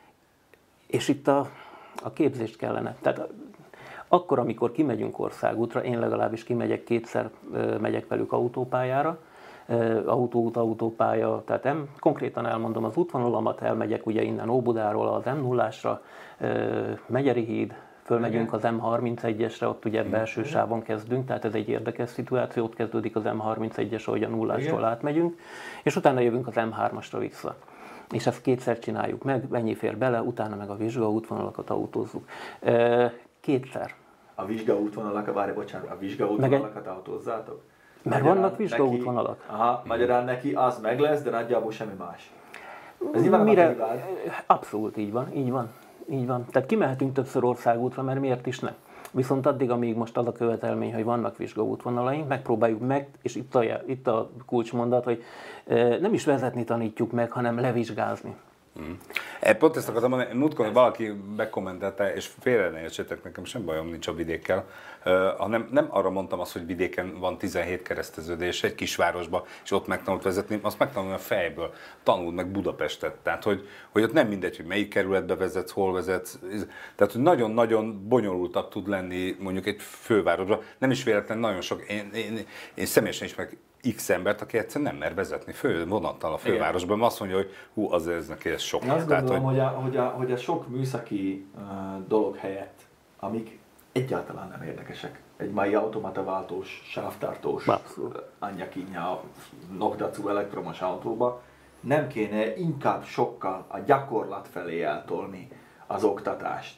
S2: és itt a, a képzést kellene. Tehát akkor, amikor kimegyünk országútra, én legalábbis kimegyek, kétszer ö, megyek velük autópályára, ö, autóút, autópálya, tehát em, konkrétan elmondom az útvonalamat, elmegyek ugye innen Óbudáról az em nullásra, Megyeri híd, fölmegyünk az em harmincegyesre, ott ugye belső sávon kezdünk, tehát ez egy érdekes szituáció, ott kezdődik az em harmincegyes, ahogy a nullástól átmegyünk, és utána jövünk az em hármasra vissza. És ezt kétszer csináljuk meg, ennyi fér bele, utána meg a vizsga útvonalakat autózzuk. Kétszer.
S1: a vizsgaútvonalak, várj, bocsánat, a vizsgaútvonalakat autózzátok?
S2: Mert
S1: Magyarán
S2: vannak vizsgaútvonalak.
S1: Neki, aha, magyarán neki az meg lesz, de nagyjából semmi más. Ez nyilván
S2: Mire? Abszolút így van, így van, így van. Tehát kimehetünk többször országútra, mert miért is nem? Viszont addig, amíg most az a követelmény, hogy vannak vizsgaútvonalaink, megpróbáljuk meg, és itt a, itt a kulcsmondat, hogy nem is vezetni tanítjuk meg, hanem levizsgázni.
S3: Mm. Pont ezt akartam mondani, múltkor, hogy valaki bekommentelte, és félre ne értsétek, nekem sem bajom nincs a vidékkel, uh, hanem nem arra mondtam azt, hogy vidéken van tizenhét kereszteződés egy kisvárosba, és ott megtanult vezetni, azt megtanulni a fejből, tanuld meg Budapestet, tehát hogy, hogy ott nem mindegy, hogy melyik kerületbe vezetsz, hol vezetsz, tehát hogy nagyon-nagyon bonyolultabb tud lenni mondjuk egy fővárosban, nem is véletlenül nagyon sok, én, én, én, én személyesen ismerek X embert, aki egyszerűen nem mer vezetni fő vonattal a fővárosban, mert azt mondja, hogy hú, azért ez neki ez sok.
S1: Én azt
S3: Tehát,
S1: gondolom,
S3: hogy...
S1: hogy, a, hogy, a, hogy a sok műszaki uh, dolog helyett, amik egyáltalán nem érdekesek, egy mai automataváltós, sávtartós, anyjakinja, nokdacú elektromos autóba, nem kéne inkább sokkal a gyakorlat felé eltolni az oktatást.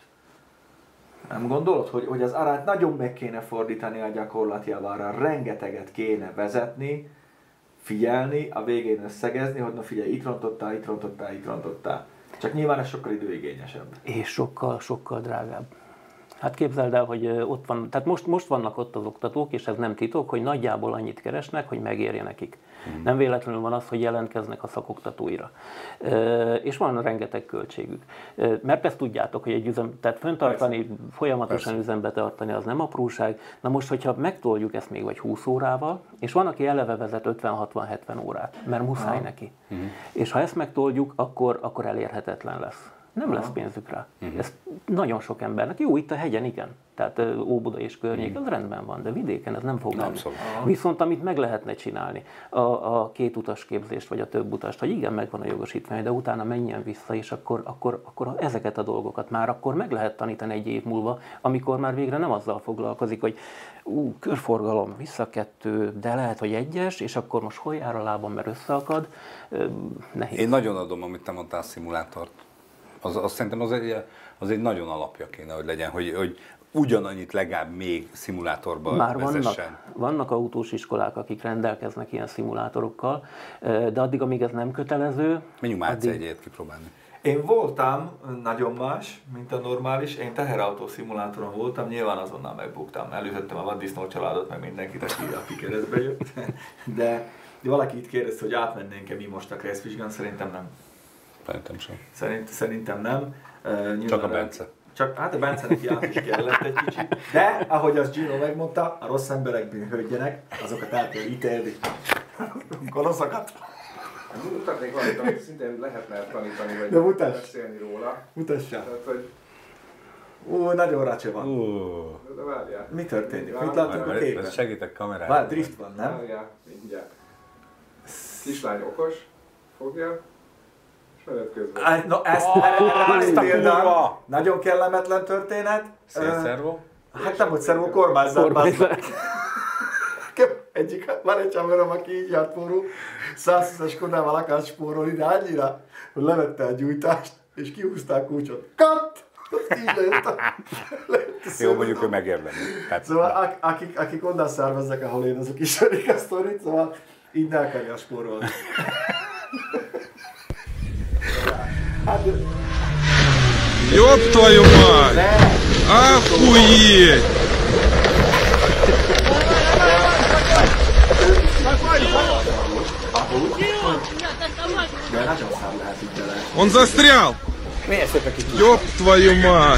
S1: Nem gondolod, hogy, hogy az arányt nagyon meg kéne fordítani a gyakorlat javára, rengeteget kéne vezetni, figyelni, a végén összegezni, hogy na figyelj, itt rontottál, itt rontottál, itt rontottál. Csak nyilván ez sokkal időigényesebb.
S2: És sokkal, sokkal drágább. Hát képzeld el, hogy ott van, tehát most, most vannak ott az oktatók, és ez nem titok, hogy nagyjából annyit keresnek, hogy megérje nekik. Hmm. Nem véletlenül van az, hogy jelentkeznek a szakoktatóira. E, és van rengeteg költségük. E, mert ezt tudjátok, hogy egy üzem, tehát föntartani, Persze. folyamatosan Persze. üzembe tartani, az nem apróság. Na most, hogyha megtoljuk ezt még vagy húsz órával, és van, aki eleve vezet ötven-hatvan-hetven órát, mert muszáj ah. neki. Hmm. És ha ezt megtoljuk, akkor, akkor elérhetetlen lesz. Nem Aha. lesz pénzük rá. Uh-huh. Ez nagyon sok embernek. Jó, itt a hegyen igen. Tehát Óbuda és környék, uh-huh. az rendben van, de vidéken ez nem fog menni. Viszont amit meg lehetne csinálni, a, a két utas képzést, vagy a több utast, hogy igen, megvan a jogosítvány, de utána menjen vissza, és akkor, akkor, akkor ezeket a dolgokat már akkor meg lehet tanítani egy év múlva, amikor már végre nem azzal foglalkozik, hogy ú, körforgalom, vissza kettő, de lehet, hogy egyes, és akkor most hol jár a lábam, mert összeakad. Nehéz.
S3: Én nagyon adom, amit te mondtál, a szimulátort. Az, az szerintem az egy, az egy nagyon alapja kéne, hogy legyen, hogy, hogy ugyanannyit legalább még szimulátorban
S2: Már
S3: vezessen.
S2: Vannak, vannak autós iskolák, akik rendelkeznek ilyen szimulátorokkal, de addig, amíg ez nem kötelező...
S3: Menjünk már addig... egyet kipróbálni.
S1: Én voltam nagyon más, mint a normális. Én teherautó szimulátoron voltam, nyilván azonnal megbuktam. Előhettem a vaddisznó családot, meg mindenkit, aki, aki keresztbe jött. De, de valaki itt kérdezte, hogy átmennénk-e mi most a kresszvizsgán, szerintem nem.
S3: Szerintem sem.
S1: Szerint, szerintem nem. Uh,
S3: Csak a Bence.
S1: Csak, hát a Bence neki át is kellett egy kicsit. De, ahogy az Gino megmondta, a rossz emberek bűnhődjenek, azokat el kell ítélni. Gonoszokat.
S4: Mutatnék valamit, amit szintén lehetne tanítani, vagy
S1: de mutass.
S4: beszélni róla.
S1: Mutassál.
S4: Tehát, hogy...
S1: Ó, nagyon rácse van.
S3: Uh.
S4: De várjál.
S1: Mi történik? Mit látunk a képen?
S3: Segítek kamerát.
S1: Várj, drift van, nem?
S4: Várjál, mindjárt. Kislány okos, fogja.
S1: Á, no, ezt, oh, erre, ezt a példán, nagyon kellemetlen történet.
S3: Szélszervó?
S1: Hát nem, hogy szervó, kormányzat. Egyik, van egy haverom, aki így járt forró, százhúszas Kodával akart spórolni, de annyira, hogy levette a gyújtást, és kihúzta a kulcsot. Kat! Így lejött a, lejött a
S3: jó, mondjuk ő megérdemli. Hát,
S1: szóval ak, akik, akik onnan szerveznek, ahol én, azok ismerik a sztorit, szóval így ne akarja spórolni.
S5: Ёб твою мать! Охуеть! Он застрял! Ёб твою мать!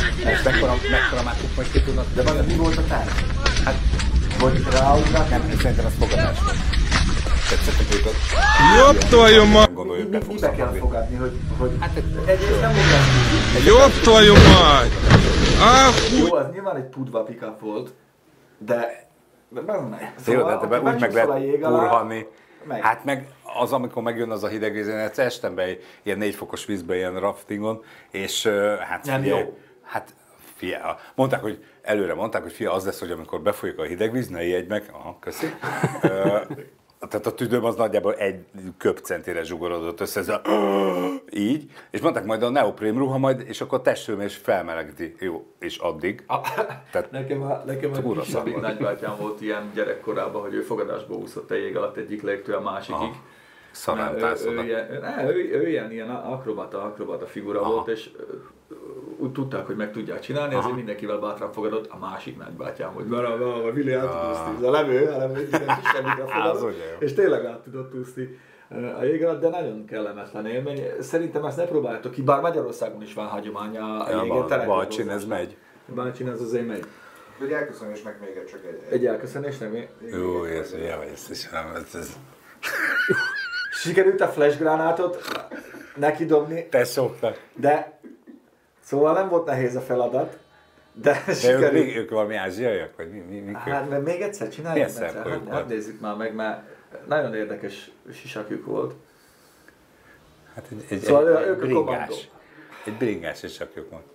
S5: Ёб твою mát!
S1: Mibe kell fogadni, hogy, hogy egyrészt nem mondják.
S5: Ёб твою mát!
S1: Jó, az nyilván egy pudva pick-up volt, de... de
S3: szóval, de, de úgy meg lehet urhanni. Hát meg az, amikor megjön az a hideg víz, én egyszer estem be ilyen négy fokos vízbe, ilyen raftingon, és hát
S1: nem
S3: figyelj,
S1: jó.
S3: Hát fia, mondták, hogy előre mondták, hogy fia, az lesz, hogy amikor befolyik a hideg víz, ne ijedj meg. Aha, köszi. tehát a tüdőm az nagyjából egy köbcentire zsugorodott össze, ez a, így, és mondták majd a neoprém ruha majd, és akkor a testőm is felmelegíti. Jó, és addig.
S1: A,
S3: tehát,
S1: nekem a, nekem a kisebbik nagybátyám volt ilyen gyerekkorában, hogy ő fogadásba úszott a jég alatt egyik légtől a másikig.
S3: Szarántász oda.
S1: Ő, ő, ő, ő, ő ilyen, ilyen akrobata, akrobata figura Aha. volt, és úgy tudták, hogy meg tudják csinálni, Aha. ezért mindenkivel bátran fogadott a másik nagybátyám, hogy bara, a Vili át tud úszni, ez a levő, a levő, kisebbikre fogadott, és tényleg át tudott úszni a jég alatt, de nagyon kellemetlen élmény. Szerintem ezt ne próbáljátok ki, bár Magyarországon is van hagyománya a jégen.
S3: Ja, Balcsin, ez megy.
S1: Balcsin, ez azért megy.
S4: Egy elköszönésnek még egy csak egy.
S1: Egy elköszönésnek még?
S3: Jó, ez ugye, ez is ez.
S1: Sikerült a flash gránátot neki dobni.
S3: Te szoktad.
S1: De, szóval nem volt nehéz a feladat. De,
S3: de
S1: sikerült.
S3: Ők, ők valami ázsiaiak? Vagy mi, mi, mi
S1: hát, mert még egyszer csináljuk. Egyszer. Hát, hát nézzük már meg, mert nagyon érdekes sisakjuk volt.
S3: Hát egy, egy,
S1: szóval
S3: egy,
S1: ők
S3: egy
S1: a komandó.
S3: Egy bringás sisakjuk volt.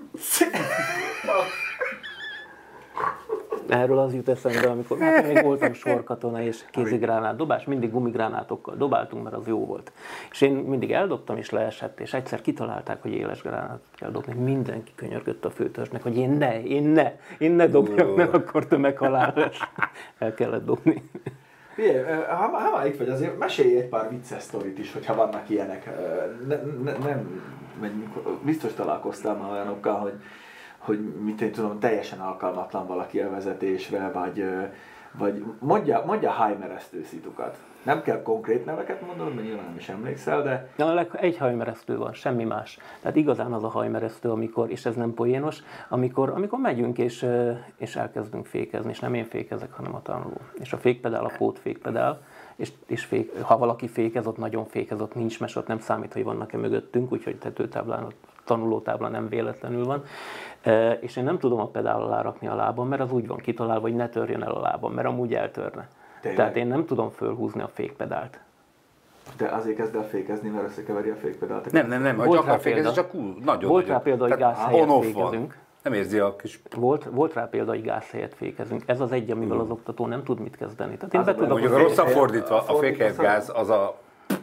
S2: Erről az jut eszembe, amikor hát még voltam sorkatona és kézigránát dobás, mindig gumigránátokkal dobáltunk, mert az jó volt. És én mindig eldobtam és leesett, és egyszer kitalálták, hogy éles gránátot kell dobni. Mindenki könyörgött a főtörzsnek, hogy én ne, én ne, én ne dobjak, mert akkor tömeghalál el kellett dobni.
S1: Figyelj, ha, ha már itt vagy, azért mesélj egy pár vicces sztorit is, hogyha vannak ilyenek. Ne, ne, nem, biztos találkoztál már olyanokkal, hogy hogy mit én tudom, teljesen alkalmatlan valaki a vezetésre, vagy, vagy mondja, mondja hajmeresztő szitukat. Nem kell konkrét neveket mondanom, mert nyilván nem is emlékszel, de...
S2: Na, egy hajmeresztő van, semmi más. Tehát igazán az a hajmeresztő, amikor, és ez nem poénos, amikor, amikor megyünk és, és elkezdünk fékezni, és nem én fékezek, hanem a tanuló. És a fékpedál a pótfékpedál, és, és fék, ha valaki fékez, ott nagyon fékez, ott nincs mes, ott nem számít, hogy vannak-e mögöttünk, úgyhogy tetőtáblán, a tanulótáblán nem véletlenül van. E, és én nem tudom a pedál alá rakni a lábam, mert az úgy van kitalálva, hogy ne törjön el a lábam, mert amúgy eltörne. Tényleg? Tehát én nem tudom fölhúzni a fékpedált.
S1: De azért kezd el fékezni, mert összekeveri a fékpedált.
S3: Nem, nem, nem, hogy akar fékezni, csak ú, nagyon
S2: Volt rá példa, hogy gáz helyett fékezünk.
S3: Nem érzi a kis...
S2: Volt, volt rá példa, hogy gáz helyett fékezünk. Ez az egy, amivel az oktató nem tud mit kezdeni. Tehát én be tudom,
S3: mondjuk a rosszabb fordítva, a fékhelyett gáz az a...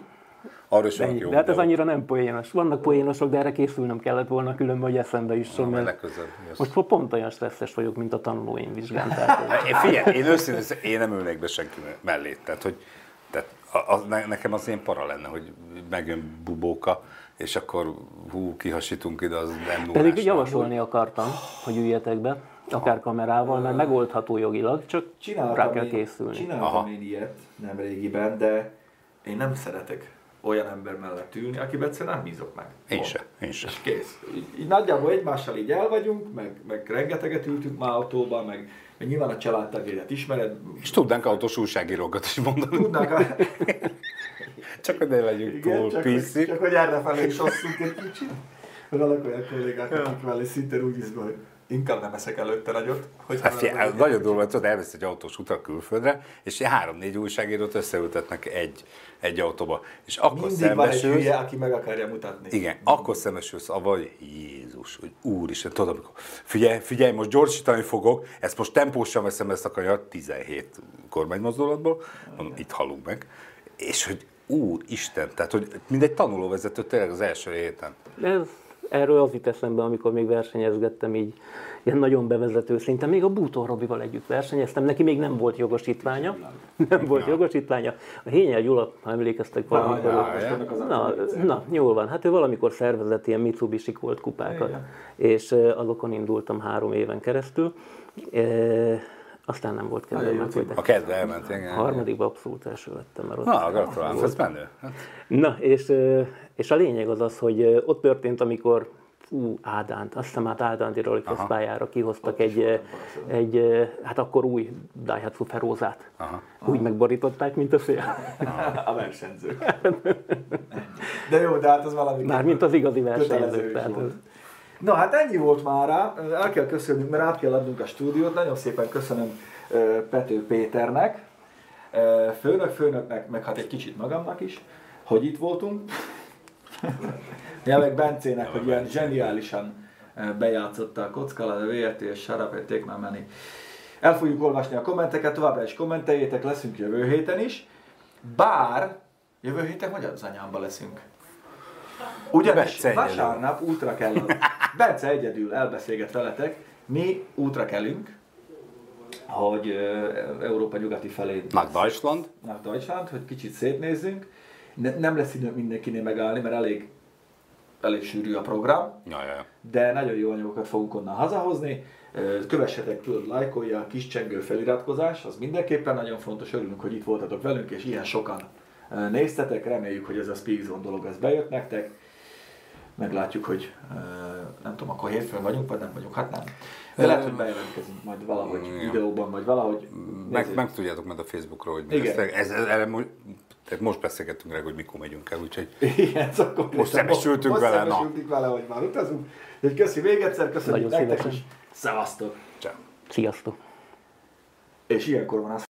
S3: Arra is van jó.
S2: De hát ez annyira nem poénos. Vannak poénosok, de erre készülnem kellett volna különben, hogy eszembe jusson.
S3: Na,
S2: mert most pont olyan stresszes vagyok, mint a tanulóim vizsgán. Tehát,
S3: figyelj, én őszintén, én nem ülnék be senki mellé. Tehát, hogy, tehát az, nekem az ilyen para lenne, hogy megjön Bubóka, és akkor hú, kihasítunk ide, az nem nullás.
S2: Pedig javasolni akartam, hogy üljetek be, akár kamerával, mert megoldható jogilag, csak rá kell készülni.
S1: Csináltam én ilyet nem régiben, de én nem szeretek olyan ember mellett ülni, akiben egyszerűen nem bízok meg.
S3: Én se, én se.
S1: És kész. Így, így nagyjából egymással így el vagyunk, meg, meg rengeteget ültünk már autóban, meg, meg nyilván a családtagjaidat ismered.
S3: És tudnánk autós újságírókat is mondani.
S1: Tudnánk. A...
S3: csak hogy ne legyünk túl piszik.
S1: Csak hogy errefelé is osszunk egy kicsit. Vannak olyan kollégák, akik vele szintén úgy hiszem, hogy inkább nem eszek előtte nagyot.
S3: Hát figyelj, nagyon durva, hogy elvesz egy autós utat külföldre, és három-négy újságírót összeültetnek egy, egy autóba. És akkor
S1: mindig
S3: szembesülsz,
S1: van egy hülye, aki meg akarja mutatni.
S3: Igen, akkor szembesülsz avval, hogy Jézus, hogy úristen, tudod, amikor figyelj, figyelj, most gyorsítani fogok, ezt most tempósan veszem ezt a kanyart, tizenhét kormánymozdulatból, mondom, itt halunk meg, és hogy úristen, tehát hogy mindegy tanulóvezető tényleg az első héten.
S2: Ez, erről az jut eszembe, amikor még versenyezgettem így, ilyen nagyon bevezető szinten, még a Bútor Robival együtt versenyeztem, neki még nem volt jogosítványa, nem volt na. jogosítványa. A Hényel Gyula, ha emlékeztek valamikor, na, na, na, na, jól van, hát ő valamikor szervezett ilyen Mitsubishi Colt kupákat, igen. És uh, azokon indultam három éven keresztül. Uh, Aztán nem volt kedvem meg.
S3: A kedve elment, igen.
S2: A harmadikban abszolút első lettem. Mert
S3: na, gratulálom, ez menő.
S2: Na, és, és a lényeg az az, hogy ott történt, amikor fú, Ádánt, azt hiszem hát Ádánti rallycross pályára kihoztak egy, egy, hát akkor új Daihatsu Ferozát. Aha. Úgy megborították, mint a szél.
S1: A versenyzők. De jó, de hát az valami...
S2: Mármint az igazi versenyzők.
S1: Na hát ennyi volt mára, el kell köszönnünk, mert át kell adnunk a stúdiót. Nagyon szépen köszönöm Pető Péternek, főnök főnöknek, meg hát egy kicsit magamnak is, hogy itt voltunk. Ja, meg Bencének, hogy ilyen zseniálisan bejátszotta a kockálat, a vé er té és Shut Up and Take My Money. El fogjuk olvasni a kommenteket, továbbra is kommenteljétek, leszünk jövő héten is. Bár jövő héten magyar az anyámba leszünk. Ugyanis
S3: Bence
S1: vasárnap útra kell, Bence egyedül elbeszélget veletek, mi útra kelünk, hogy uh, Európa nyugati felé.
S3: Nach Deutschland.
S1: Nach Deutschland, hogy kicsit szétnézzünk. Ne, nem lesz idő mindenkinél megállni, mert elég, elég sűrű a program,
S3: Ja, ja.
S1: de nagyon jó anyagokat fogunk onnan hazahozni. Kövessetek, tudod, lájkolja, kis csengő feliratkozás, az mindenképpen nagyon fontos, örülünk, hogy itt voltatok velünk, és ilyen sokan néztetek, reméljük, hogy ez a Speak Zone dolog ez bejött nektek. Meglátjuk, hogy nem tudom, akkor hétfőn vagyunk, vagy nem vagyunk, hát nem. De lehet, hogy bejelentkezünk majd valahogy
S3: ja.
S1: videóban, vagy valahogy.
S3: Meg, meg tudjátok majd a Facebookról, hogy mi
S1: Igen.
S3: lesz. Ez, ez, ez, tehát most beszélgettünk rá, hogy mikor megyünk el, úgyhogy
S1: igen, szóval
S3: most szembesültünk
S1: most
S3: vele, na.
S1: szembesültünk vele, hogy már utazunk. Úgyhogy köszi még egyszer, köszönjük
S2: Nagyon
S1: nektek
S2: szívesen.
S1: is. Szevasztok!
S3: Ciao.
S2: Sziasztok!
S1: És ilyenkor van az